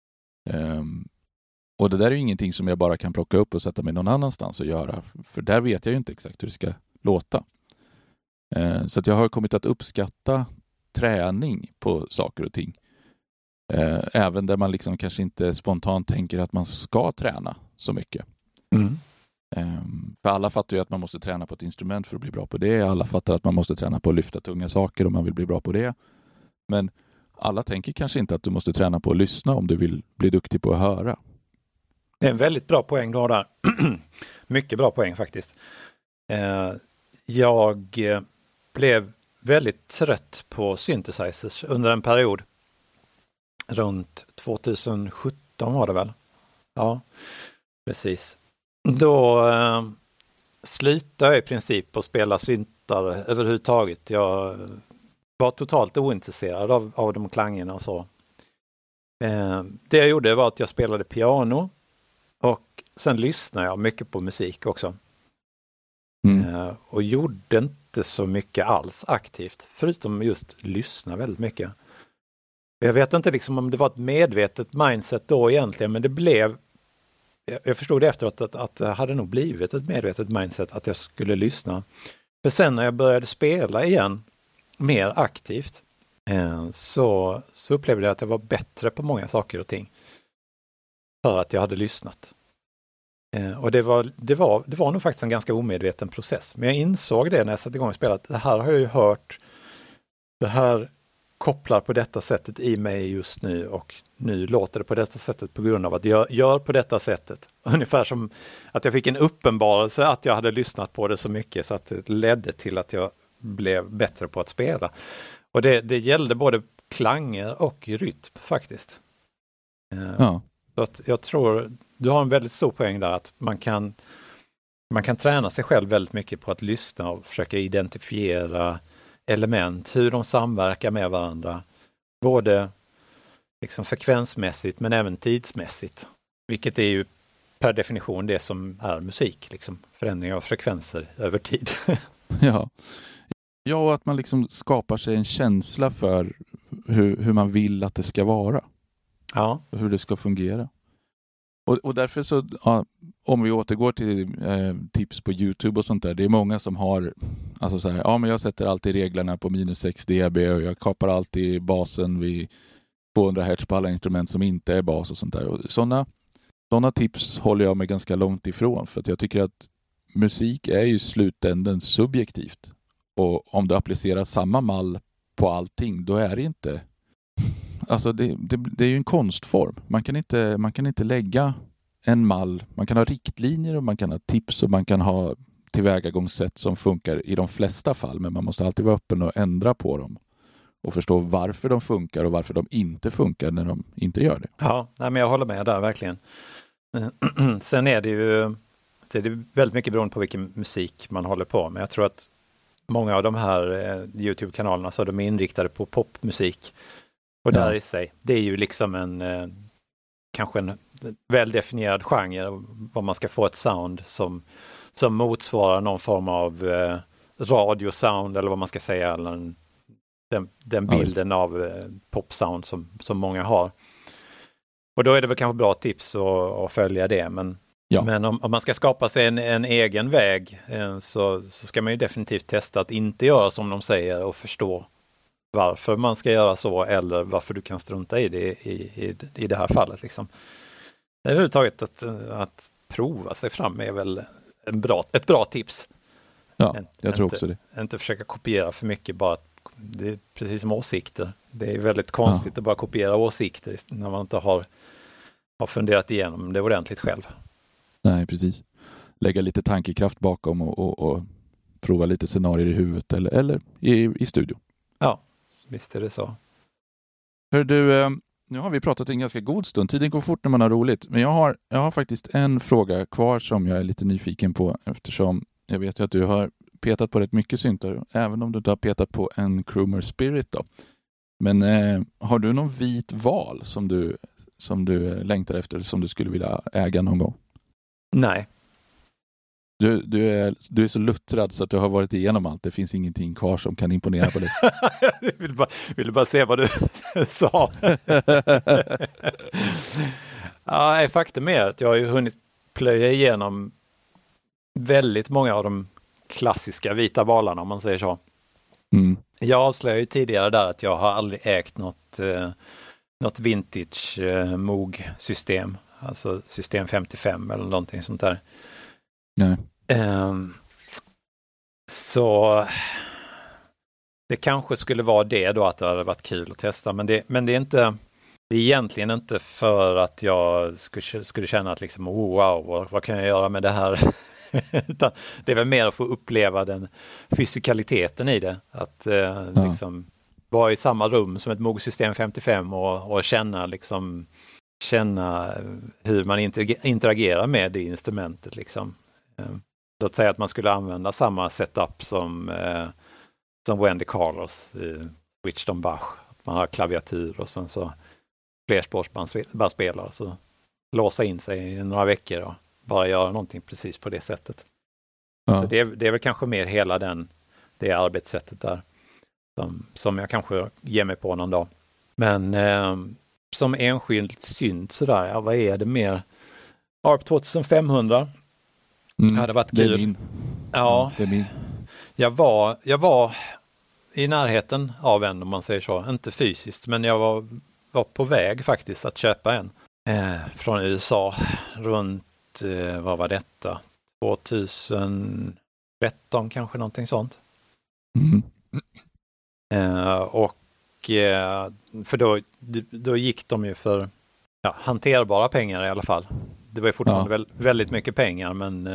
Och det där är ju ingenting som jag bara kan plocka upp och sätta mig någon annanstans och göra. För där vet jag ju inte exakt hur det ska låta. Så att jag har kommit att uppskatta träning på saker och ting. Även där man liksom kanske inte spontant tänker att man ska träna så mycket. För alla fattar ju att man måste träna på ett instrument för att bli bra på det. Alla fattar att man måste träna på att lyfta tunga saker om man vill bli bra på det. Men alla tänker kanske inte att du måste träna på att lyssna om du vill bli duktig på att höra. Det är en väldigt bra poäng du har där. Mycket bra poäng faktiskt. Jag blev väldigt trött på synthesizers under en period. Runt 2017 var det väl? Ja, precis. Då slutade jag i princip att spela syntar överhuvudtaget. Jag var totalt ointresserad av de klangerna och så. Det jag gjorde var att jag spelade piano och sen lyssnade jag mycket på musik också. Och gjorde inte så mycket alls aktivt, förutom just lyssna väldigt mycket. Jag vet inte liksom om det var ett medvetet mindset då egentligen, men det blev, jag förstod det efteråt att det hade nog blivit ett medvetet mindset att jag skulle lyssna. För sen när jag började spela igen mer aktivt så upplevde jag att jag var bättre på många saker och ting för att jag hade lyssnat. Och det var nog faktiskt en ganska omedveten process. Men jag insåg det när jag satte igång och spelade att det här har jag ju hört, det här kopplar på detta sättet i mig just nu och nu låter det på detta sättet på grund av att jag gör på detta sättet. Ungefär som att jag fick en uppenbarelse att jag hade lyssnat på det så mycket så att det ledde till att jag blev bättre på att spela. Och det gällde både klanger och rytm faktiskt. Ja. Så att jag tror du har en väldigt stor poäng där att man kan träna sig själv väldigt mycket på att lyssna och försöka identifiera element, hur de samverkar med varandra. Både liksom frekvensmässigt men även tidsmässigt. Vilket är ju per definition det som är musik. Liksom. Förändring av frekvenser över tid. Ja, och att man liksom skapar sig en känsla för hur man vill att det ska vara. Ja. Och hur det ska fungera. Och därför så, ja, om vi återgår till tips på YouTube och sånt där, det är många som har, alltså så här, ja men jag sätter alltid reglerna på minus 6 dB och jag kapar alltid basen vid 200 Hz på alla instrument som inte är bas och sånt där. Och sådana tips håller jag mig ganska långt ifrån, för att jag tycker att musik är ju i slutänden subjektivt. Och om du applicerar samma mall på allting, då är det inte... Alltså det är ju en konstform. Man kan inte lägga en mall. Man kan ha riktlinjer och man kan ha tips och man kan ha tillvägagångssätt som funkar i de flesta fall. Men man måste alltid vara öppen och ändra på dem. Och förstå varför de funkar och varför de inte funkar när de inte gör det. Ja, men jag håller med där verkligen. Sen är det ju väldigt mycket beroende på vilken musik man håller på med. Jag tror att många av de här YouTube-kanalerna så de är inriktade på popmusik. Och där i sig, det är ju liksom kanske en väldefinierad genre vad man ska få ett sound som motsvarar någon form av radiosound eller vad man ska säga, eller den bilden av popsound som många har. Och då är det väl kanske bra tips att följa det, men om man ska skapa sig en egen väg så ska man ju definitivt testa att inte göra som de säger och förstå varför man ska göra så eller varför du kan strunta i det i det här fallet. Liksom. Överhuvudtaget att prova sig fram är väl ett bra tips. Ja, jag tror också det. Inte försöka kopiera för mycket, bara det är precis som åsikter. Det är väldigt konstigt att bara kopiera åsikter när man inte har funderat igenom det ordentligt själv. Nej, precis. Lägga lite tankekraft bakom och prova lite scenarier i huvudet eller i studio. Ja, visst är det så. Hör du, nu har vi pratat en ganska god stund. Tiden går fort när man har roligt. Men jag har faktiskt en fråga kvar som jag är lite nyfiken på, eftersom jag vet ju att du har petat på rätt mycket syntar, även om du inte har petat på en Croomer Spirit då. Men har du någon vit val som du längtar efter, som du skulle vilja äga någon gång? Nej. Du är så luttrad så att du har varit igenom allt. Det finns ingenting kvar som kan imponera på dig. Jag vill bara se vad du sa. Ja, faktum är att jag har ju hunnit plöja igenom väldigt många av de klassiska vita valarna, om man säger så. Mm. Jag avslöjade ju tidigare där att jag har aldrig ägt något vintage Moog-system. Alltså system 55 eller någonting sånt där. Nej. Så det kanske skulle vara det då, att det hade varit kul att testa. Men det är egentligen inte för att jag skulle känna att liksom, wow, vad kan jag göra med det här? Utan det är väl mer att få uppleva den fysikaliteten i det. Att liksom vara i samma rum som ett Moog system 55 och känna hur man interagerar med det instrumentet liksom. Låt säga att man skulle använda samma setup som Wendy Carlos i Switched on Bach. Att man har klaviatur och sen så flerspårsbandspelare, så låsa in sig i några veckor och bara göra någonting precis på det sättet. Ja. Så det är väl kanske mer hela det arbetssättet där som jag kanske ger mig på någon dag. Men som enskild synt sådär, vad är det mer? ARP 2500. Det hade varit kul. Det är min. Ja, det är min. Jag var i närheten av en, om man säger så. Inte fysiskt, men jag var på väg faktiskt att köpa en. Från USA runt, vad var detta? 2013 kanske, någonting sånt. Mm. För då gick de ju för hanterbara pengar i alla fall. Det var ju fortfarande väldigt mycket pengar, men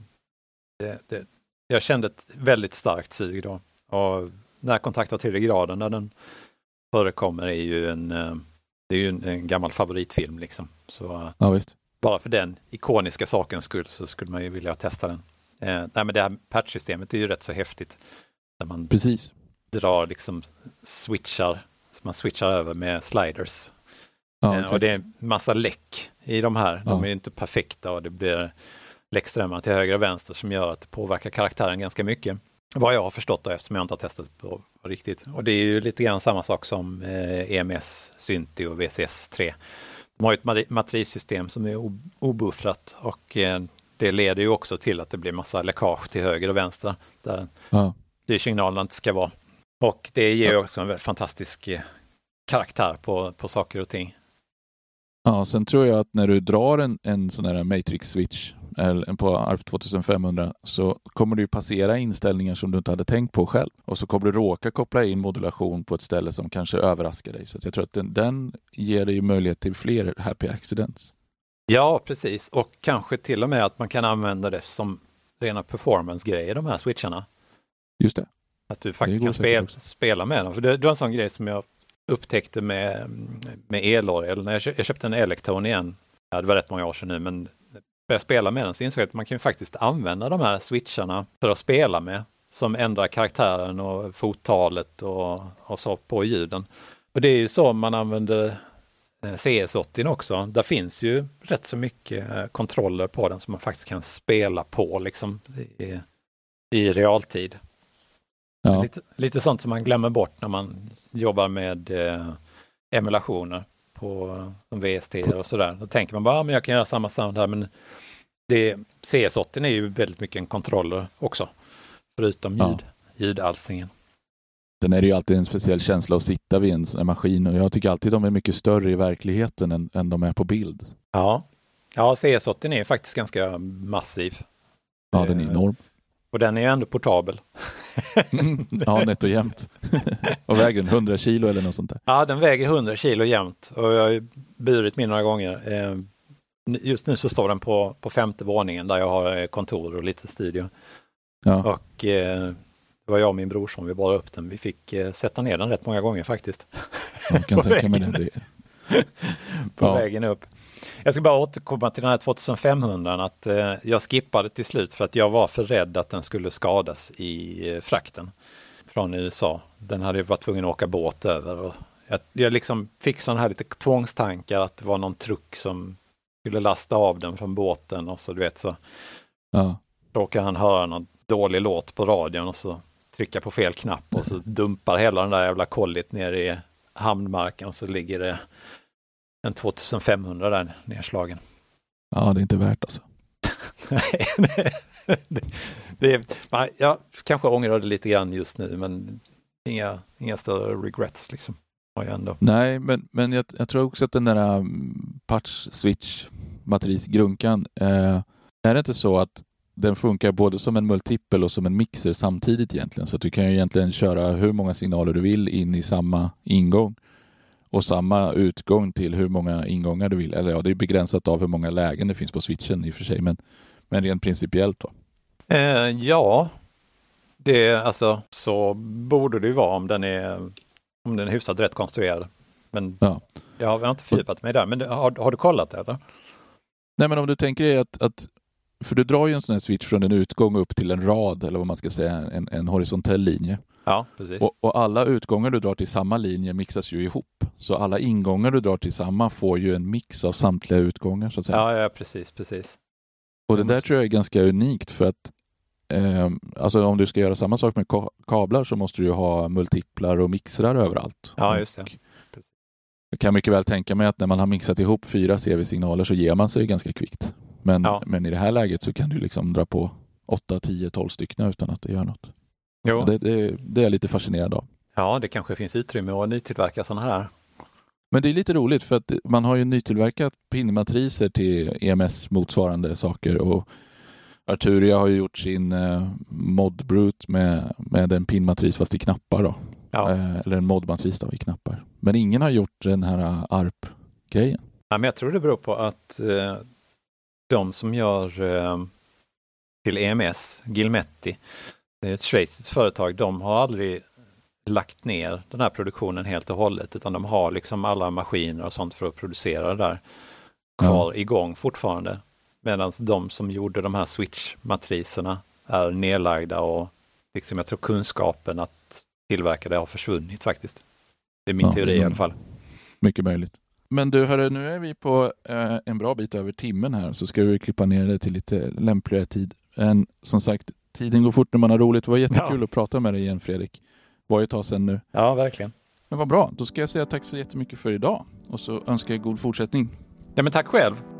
jag kände ett väldigt starkt sug då. Och när Kontakt av tredje graden, när den förekommer, är ju en gammal favoritfilm liksom. Så visst. Bara för den ikoniska sakens skull så skulle man ju vilja testa den. Men det här patchsystemet är ju rätt så häftigt. Där man drar liksom switchar, så man switchar över med sliders. Och det är en massa läck i de här. De är inte perfekta och det blir läckströmmar till höger och vänster som gör att det påverkar karaktären ganska mycket. Vad jag har förstått då, eftersom jag inte har testat på riktigt. Och det är ju lite grann samma sak som EMS, Synthi och VCS 3. De har ju ett matrissystem som är obuffrat och det leder ju också till att det blir massa läckage till höger och vänster där styrsignalerna inte ska vara. Och det ger ju också en fantastisk karaktär på saker och ting. Ja, sen tror jag att när du drar en sån här Matrix-switch på ARP 2500 så kommer du passera inställningar som du inte hade tänkt på själv. Och så kommer du råka koppla in modulation på ett ställe som kanske överraskar dig. Så jag tror att den ger dig möjlighet till fler happy accidents. Ja, precis. Och kanske till och med att man kan använda det som rena performance-grejer, de här switcharna. Just det. Att du faktiskt kan spela med dem. För det var en sån grej som jag upptäckte med Elor. När jag köpte en Electron igen. Ja, det var rätt många år sedan nu, men när jag spelade med den så insåg jag att man kan faktiskt använda de här switcharna för att spela med. Som ändrar karaktären och fottalet och så på ljuden. Och det är ju så man använder CS80 också. Där finns ju rätt så mycket kontroller på den som man faktiskt kan spela på liksom i realtid. Ja. Lite sånt som man glömmer bort när man jobbar med emulationer på VST och sådär. Då tänker man bara, men jag kan göra samma sound här, men CS80 är ju väldigt mycket en kontroller också. Förutom ljudalstringen. Sen är det ju alltid en speciell känsla att sitta vid en maskin och jag tycker alltid de är mycket större i verkligheten än de är på bild. Ja, CS80 är faktiskt ganska massiv. Ja, den är enorm. Och den är ju ändå portabel. Ja, nätt och jämnt. Och väger den 100 kilo eller något sånt där? Ja, den väger 100 kilo jämnt. Och jag har ju burit min några gånger. Just nu så står den på 5:e våningen där jag har kontor och lite studio. Ja. Och det var jag och min bror som vi bar upp den. Vi fick sätta ner den rätt många gånger faktiskt. Jag kan tänka mig det. På vägen upp. Jag ska bara återkomma till den här 2500 att jag skippade till slut för att jag var för rädd att den skulle skadas i frakten från USA. Den hade varit tvungen att åka båt över. Och jag liksom fick sådana här lite tvångstankar att det var någon truck som skulle lasta av den från båten och så du vet så råkar han höra någon dålig låt på radion och så trycka på fel knapp och så dumpar hela den där jävla kollit ner i hamnmarken och så ligger det en 2500 där nedslagen. Ja, det är inte värt alltså. Jag kanske ångrar det lite grann just nu, men inga större regrets liksom. Nej, men jag tror också att den där patch switch batterisgrunkan är det inte så att den funkar både som en multipel och som en mixer samtidigt egentligen. Så att du kan ju egentligen köra hur många signaler du vill in i samma ingång. Och samma utgång till hur många ingångar du vill. Eller ja, det är begränsat av hur många lägen det finns på switchen i och för sig. Men rent principiellt då? Ja, alltså så borde det ju vara om den är hyfsat rätt konstruerad. Men jag har inte fördjupat mig där. Men har du kollat det eller? Nej, men om du tänker dig att för du drar ju en sån här switch från en utgång upp till en rad eller vad man ska säga, en horisontell linje. Ja, precis. Och alla utgångar du drar till samma linje mixas ju ihop. Så alla ingångar du drar till samma får ju en mix av samtliga utgångar så att säga. Ja, precis. Och det där tror jag är ganska unikt för att alltså om du ska göra samma sak med kablar så måste du ju ha multiplar och mixrar överallt. Ja, just det. Precis. Jag kan mycket väl tänka mig att när man har mixat ihop 4 CV-signaler så ger man sig ganska kvickt. Men i det här läget så kan du liksom dra på 8, 10, 12 stycken utan att det gör något. Jo. Det är lite fascinerad av. Ja, det kanske finns utrymme att nytillverka sådana här. Men det är lite roligt för att man har ju nytillverkat pinmatriser till EMS motsvarande saker och Arturia har ju gjort sin modbrute med en pinmatris fast i knappar då. Ja. Eller en modmatris då i knappar. Men ingen har gjort den här ARP-grejen. Ja, men jag tror det beror på att de som gör till EMS, Gilmetti, det är ett schweiziskt företag, de har aldrig lagt ner den här produktionen helt och hållet utan de har liksom alla maskiner och sånt för att producera det där kvar igång fortfarande. Medan de som gjorde de här switch-matriserna är nedlagda och liksom jag tror kunskapen att tillverka det har försvunnit faktiskt. Det är min teori i alla fall. Mycket möjligt. Men du hörru, nu är vi på en bra bit över timmen här så ska vi klippa ner det till lite lämpligare tid. Som sagt, tiden går fort när man har roligt. Det var jättekul att prata med dig igen, Fredrik. Det var ju ett tag sedan nu. Ja, verkligen. Men vad bra. Då ska jag säga tack så jättemycket för idag. Och så önskar jag god fortsättning. Ja, men tack själv.